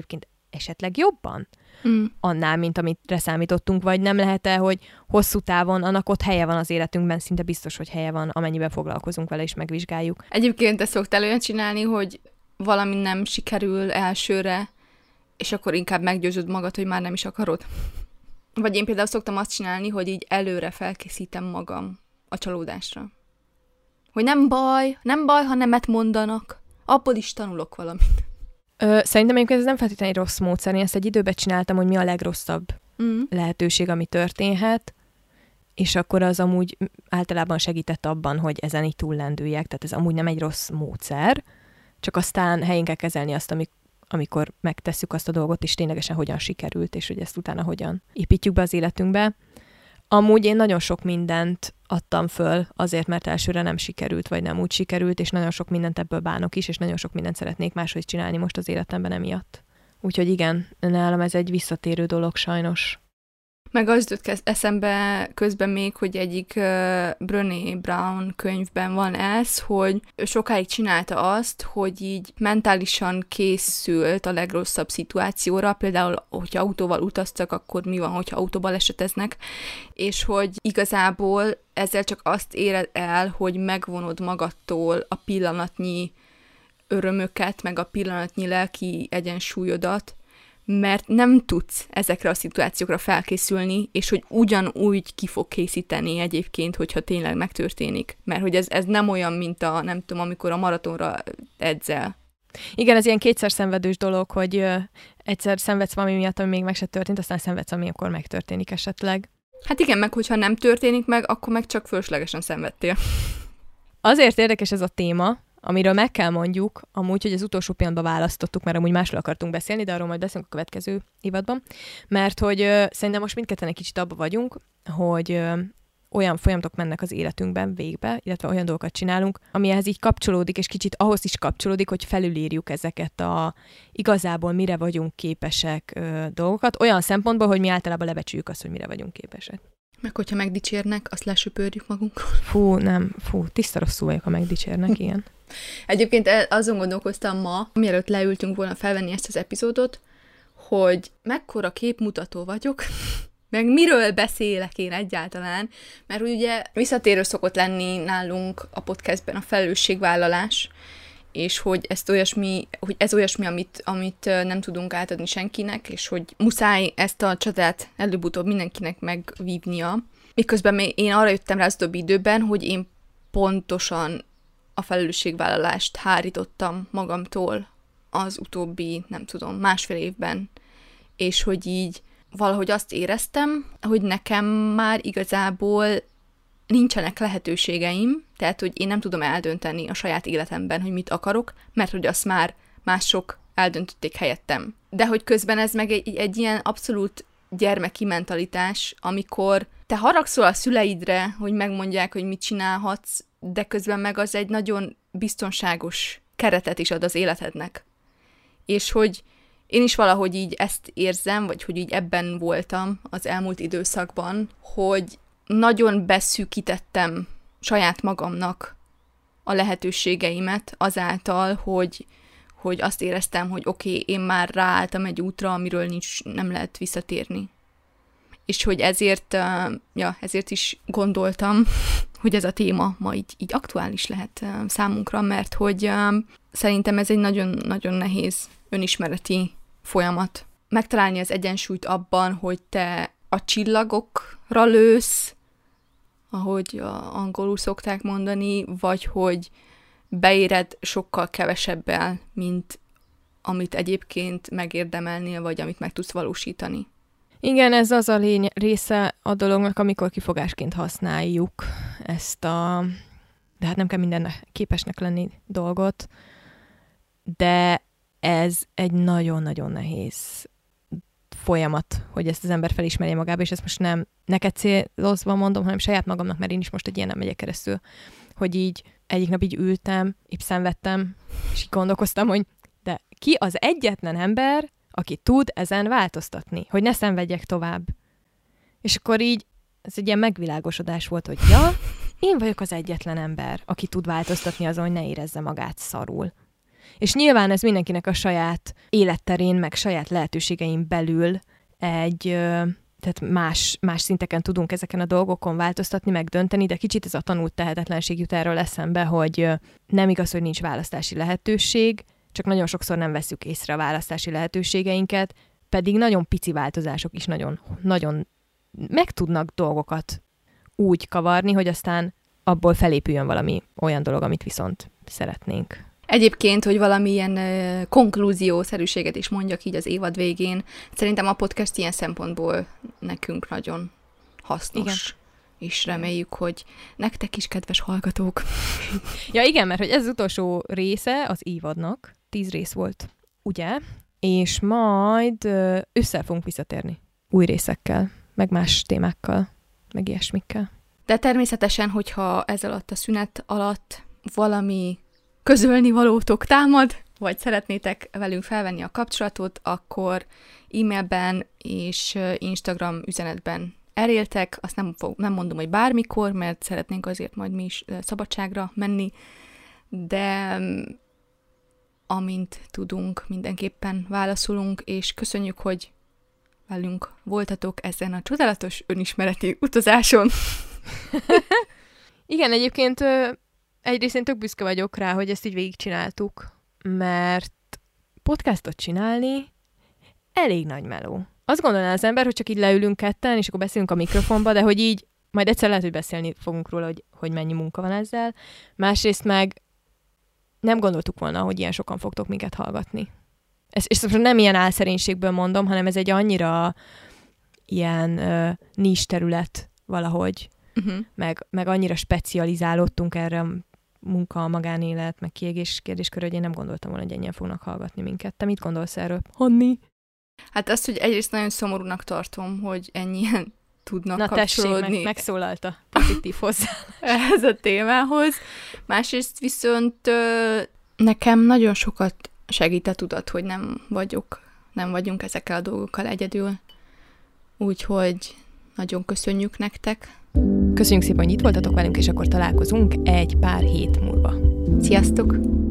esetleg jobban?
Mm.
Annál, mint amire számítottunk, vagy nem lehet-e, hogy hosszú távon annak ott helye van az életünkben, szinte biztos, hogy helye van, amennyiben foglalkozunk vele és megvizsgáljuk.
Egyébként ezt szoktál olyan csinálni, hogy valami nem sikerül elsőre, és akkor inkább meggyőzöd magad, hogy már nem is akarod? Vagy én például szoktam azt csinálni, hogy így előre felkészítem magam a csalódásra. Hogy nem baj, nem baj, ha nemet mondanak. Abból is tanulok valamit.
Ö, szerintem egyébként ez nem feltétlenül egy rossz módszer. Én ezt egy időben csináltam, hogy mi a legrosszabb mm. lehetőség, ami történhet, és akkor az amúgy általában segített abban, hogy ezen így túllendüljek. Tehát ez amúgy nem egy rossz módszer, csak aztán helyén kell kezelni azt, amik, amikor megtesszük azt a dolgot, és ténylegesen hogyan sikerült, és hogy ezt utána hogyan építjük be az életünkbe. Amúgy én nagyon sok mindent adtam föl azért, mert elsőre nem sikerült, vagy nem úgy sikerült, és nagyon sok mindent ebből bánok is, és nagyon sok mindent szeretnék máshogy csinálni most az életemben emiatt. Úgyhogy igen, nálam ez egy visszatérő dolog sajnos.
Meg az jutott eszembe közben még, hogy egyik uh, Brené Brown könyvben van ez, hogy sokáig csinálta azt, hogy így mentálisan készült a legrosszabb szituációra, például, hogyha autóval utaztak, akkor mi van, hogyha autóval eseteznek, és hogy igazából ezzel csak azt éred el, hogy megvonod magadtól a pillanatnyi örömöket, meg a pillanatnyi lelki egyensúlyodat, mert nem tudsz ezekre a szituációkra felkészülni, és hogy ugyanúgy ki fog készíteni egyébként, hogyha tényleg megtörténik. Mert hogy ez, ez nem olyan, mint a, nem tudom, amikor a maratonra edzel.
Igen, ez ilyen kétszer szenvedős dolog, hogy ö, egyszer szenvedsz valami miatt, ami még meg se történt, aztán szenvedsz, ami akkor megtörténik esetleg.
Hát igen, meg hogyha nem történik meg, akkor meg csak fölöslegesen szenvedtél.
Azért érdekes ez a téma, amiről meg kell mondjuk, amúgy, hogy az utolsó pillanatban választottuk, mert amúgy másról akartunk beszélni, de arról majd beszélünk a következő évadban, mert hogy ö, szerintem most mindketten egy kicsit abba vagyunk, hogy ö, olyan folyamatok mennek az életünkben végbe, illetve olyan dolgokat csinálunk, amihez így kapcsolódik, és kicsit ahhoz is kapcsolódik, hogy felülírjuk ezeket a igazából mire vagyunk képesek ö, dolgokat, olyan szempontból, hogy mi általában lebecsüljük azt, hogy mire vagyunk képesek.
Meg hogyha megdicsérnek, azt lesöpörjük magunkról.
Fú, nem, fú, tiszta rosszul vagyok, ha megdicsérnek, ilyen.
Egyébként azon gondolkoztam ma, mielőtt leültünk volna felvenni ezt az epizódot, hogy mekkora képmutató vagyok, meg miről beszélek én egyáltalán, mert ugye visszatérő szokott lenni nálunk a podcastben a felelősségvállalás, és hogy, ezt olyasmi, hogy ez olyasmi, amit, amit nem tudunk átadni senkinek, és hogy muszáj ezt a csatát előbb-utóbb mindenkinek megvívnia. Miközben én arra jöttem rá az utóbbi időben, hogy én pontosan a felelősségvállalást hárítottam magamtól az utóbbi, nem tudom, másfél évben, és hogy így valahogy azt éreztem, hogy nekem már igazából nincsenek lehetőségeim, tehát, hogy én nem tudom eldönteni a saját életemben, hogy mit akarok, mert hogy azt már mások eldöntötték helyettem. De hogy közben ez meg egy, egy ilyen abszolút gyermeki mentalitás, amikor te haragszol a szüleidre, hogy megmondják, hogy mit csinálhatsz, de közben meg az egy nagyon biztonságos keretet is ad az életednek. És hogy én is valahogy így ezt érzem, vagy hogy így ebben voltam az elmúlt időszakban, hogy nagyon beszűkítettem saját magamnak a lehetőségeimet azáltal, hogy, hogy azt éreztem, hogy oké, okay, én már ráálltam egy útra, amiről nincs, nem lehet visszatérni. És hogy ezért, uh, ja, ezért is gondoltam, hogy ez a téma ma így, így aktuális lehet uh, számunkra, mert hogy uh, szerintem ez egy nagyon-nagyon nehéz önismereti folyamat. Megtalálni az egyensúlyt abban, hogy te a csillagokra lősz, ahogy angolul szokták mondani, vagy hogy beéred sokkal kevesebbel, mint amit egyébként megérdemelnél, vagy amit meg tudsz valósítani.
Igen, ez az a lény része a dolognak, amikor kifogásként használjuk ezt a, de hát nem kell mindennek képesnek lenni dolgot, de ez egy nagyon-nagyon nehéz folyamat, hogy ezt az ember felismerje magába, és ezt most nem neked célozva mondom, hanem saját magamnak, mert én is most egy ilyen nem megyek keresztül, hogy így egyik nap így ültem, épp szenvedtem, és így gondolkoztam, hogy de ki az egyetlen ember, aki tud ezen változtatni, hogy ne szenvedjek tovább. És akkor így, ez egy ilyen megvilágosodás volt, hogy ja, én vagyok az egyetlen ember, aki tud változtatni azon, hogy ne érezze magát szarul. És nyilván ez mindenkinek a saját életterén, meg saját lehetőségein belül egy, tehát más, más szinteken tudunk ezeken a dolgokon változtatni, meg dönteni, de kicsit ez a tanult tehetetlenség jut erről eszembe, hogy nem igaz, hogy nincs választási lehetőség, csak nagyon sokszor nem vesszük észre a választási lehetőségeinket, pedig nagyon pici változások is nagyon, nagyon meg tudnak dolgokat úgy kavarni, hogy aztán abból felépüljön valami olyan dolog, amit viszont szeretnénk.
Egyébként, hogy valamilyen uh, konklúziószerűséget is mondjak így az évad végén, szerintem a podcast ilyen szempontból nekünk nagyon hasznos. Igen. És reméljük, hogy nektek is, kedves hallgatók.
Ja igen, mert hogy ez az utolsó része az évadnak, tíz rész volt, ugye? És majd uh, ősszel fogunk visszatérni új részekkel, meg más témákkal, meg ilyesmikkel.
De természetesen, hogyha ez alatt a szünet alatt valami közölni valótok támad, vagy szeretnétek velünk felvenni a kapcsolatot, akkor e-mailben és Instagram üzenetben elértek. Azt nem, fog, nem mondom, hogy bármikor, mert szeretnénk azért majd mi is szabadságra menni, de amint tudunk, mindenképpen válaszolunk, és köszönjük, hogy velünk voltatok ezen a csodálatos önismereti utazáson.
Igen, egyébként egyrészt én tök büszke vagyok rá, hogy ezt így végigcsináltuk, mert podcastot csinálni elég nagy meló. Azt gondolná az ember, hogy csak így leülünk ketten, és akkor beszélünk a mikrofonba, de hogy így majd egyszer lehet, hogy beszélni fogunk róla, hogy, hogy mennyi munka van ezzel. Másrészt meg nem gondoltuk volna, hogy ilyen sokan fogtok minket hallgatni. Ez, és nem ilyen álszerénységből mondom, hanem ez egy annyira ilyen uh, nis terület valahogy, uh-huh. meg, meg annyira specializálódtunk erre a munka, a magánélet, meg kiegészítés kérdéskör, hogy én nem gondoltam volna, hogy ennyien fognak hallgatni minket. Te mit gondolsz erről, Hanni?
Hát azt, hogy egyrészt nagyon szomorúnak tartom, hogy ennyien tudnak
Na,
kapcsolódni.
Na tessék, meg, megszólalt a pozitív hozzá.
Ez a témához. Másrészt viszont ö, nekem nagyon sokat segít a tudat, hogy nem vagyok, nem vagyunk ezekkel a dolgokkal egyedül. Úgyhogy nagyon köszönjük nektek.
Köszönjük szépen, hogy itt voltatok velünk, és akkor találkozunk egy pár hét múlva.
Sziasztok!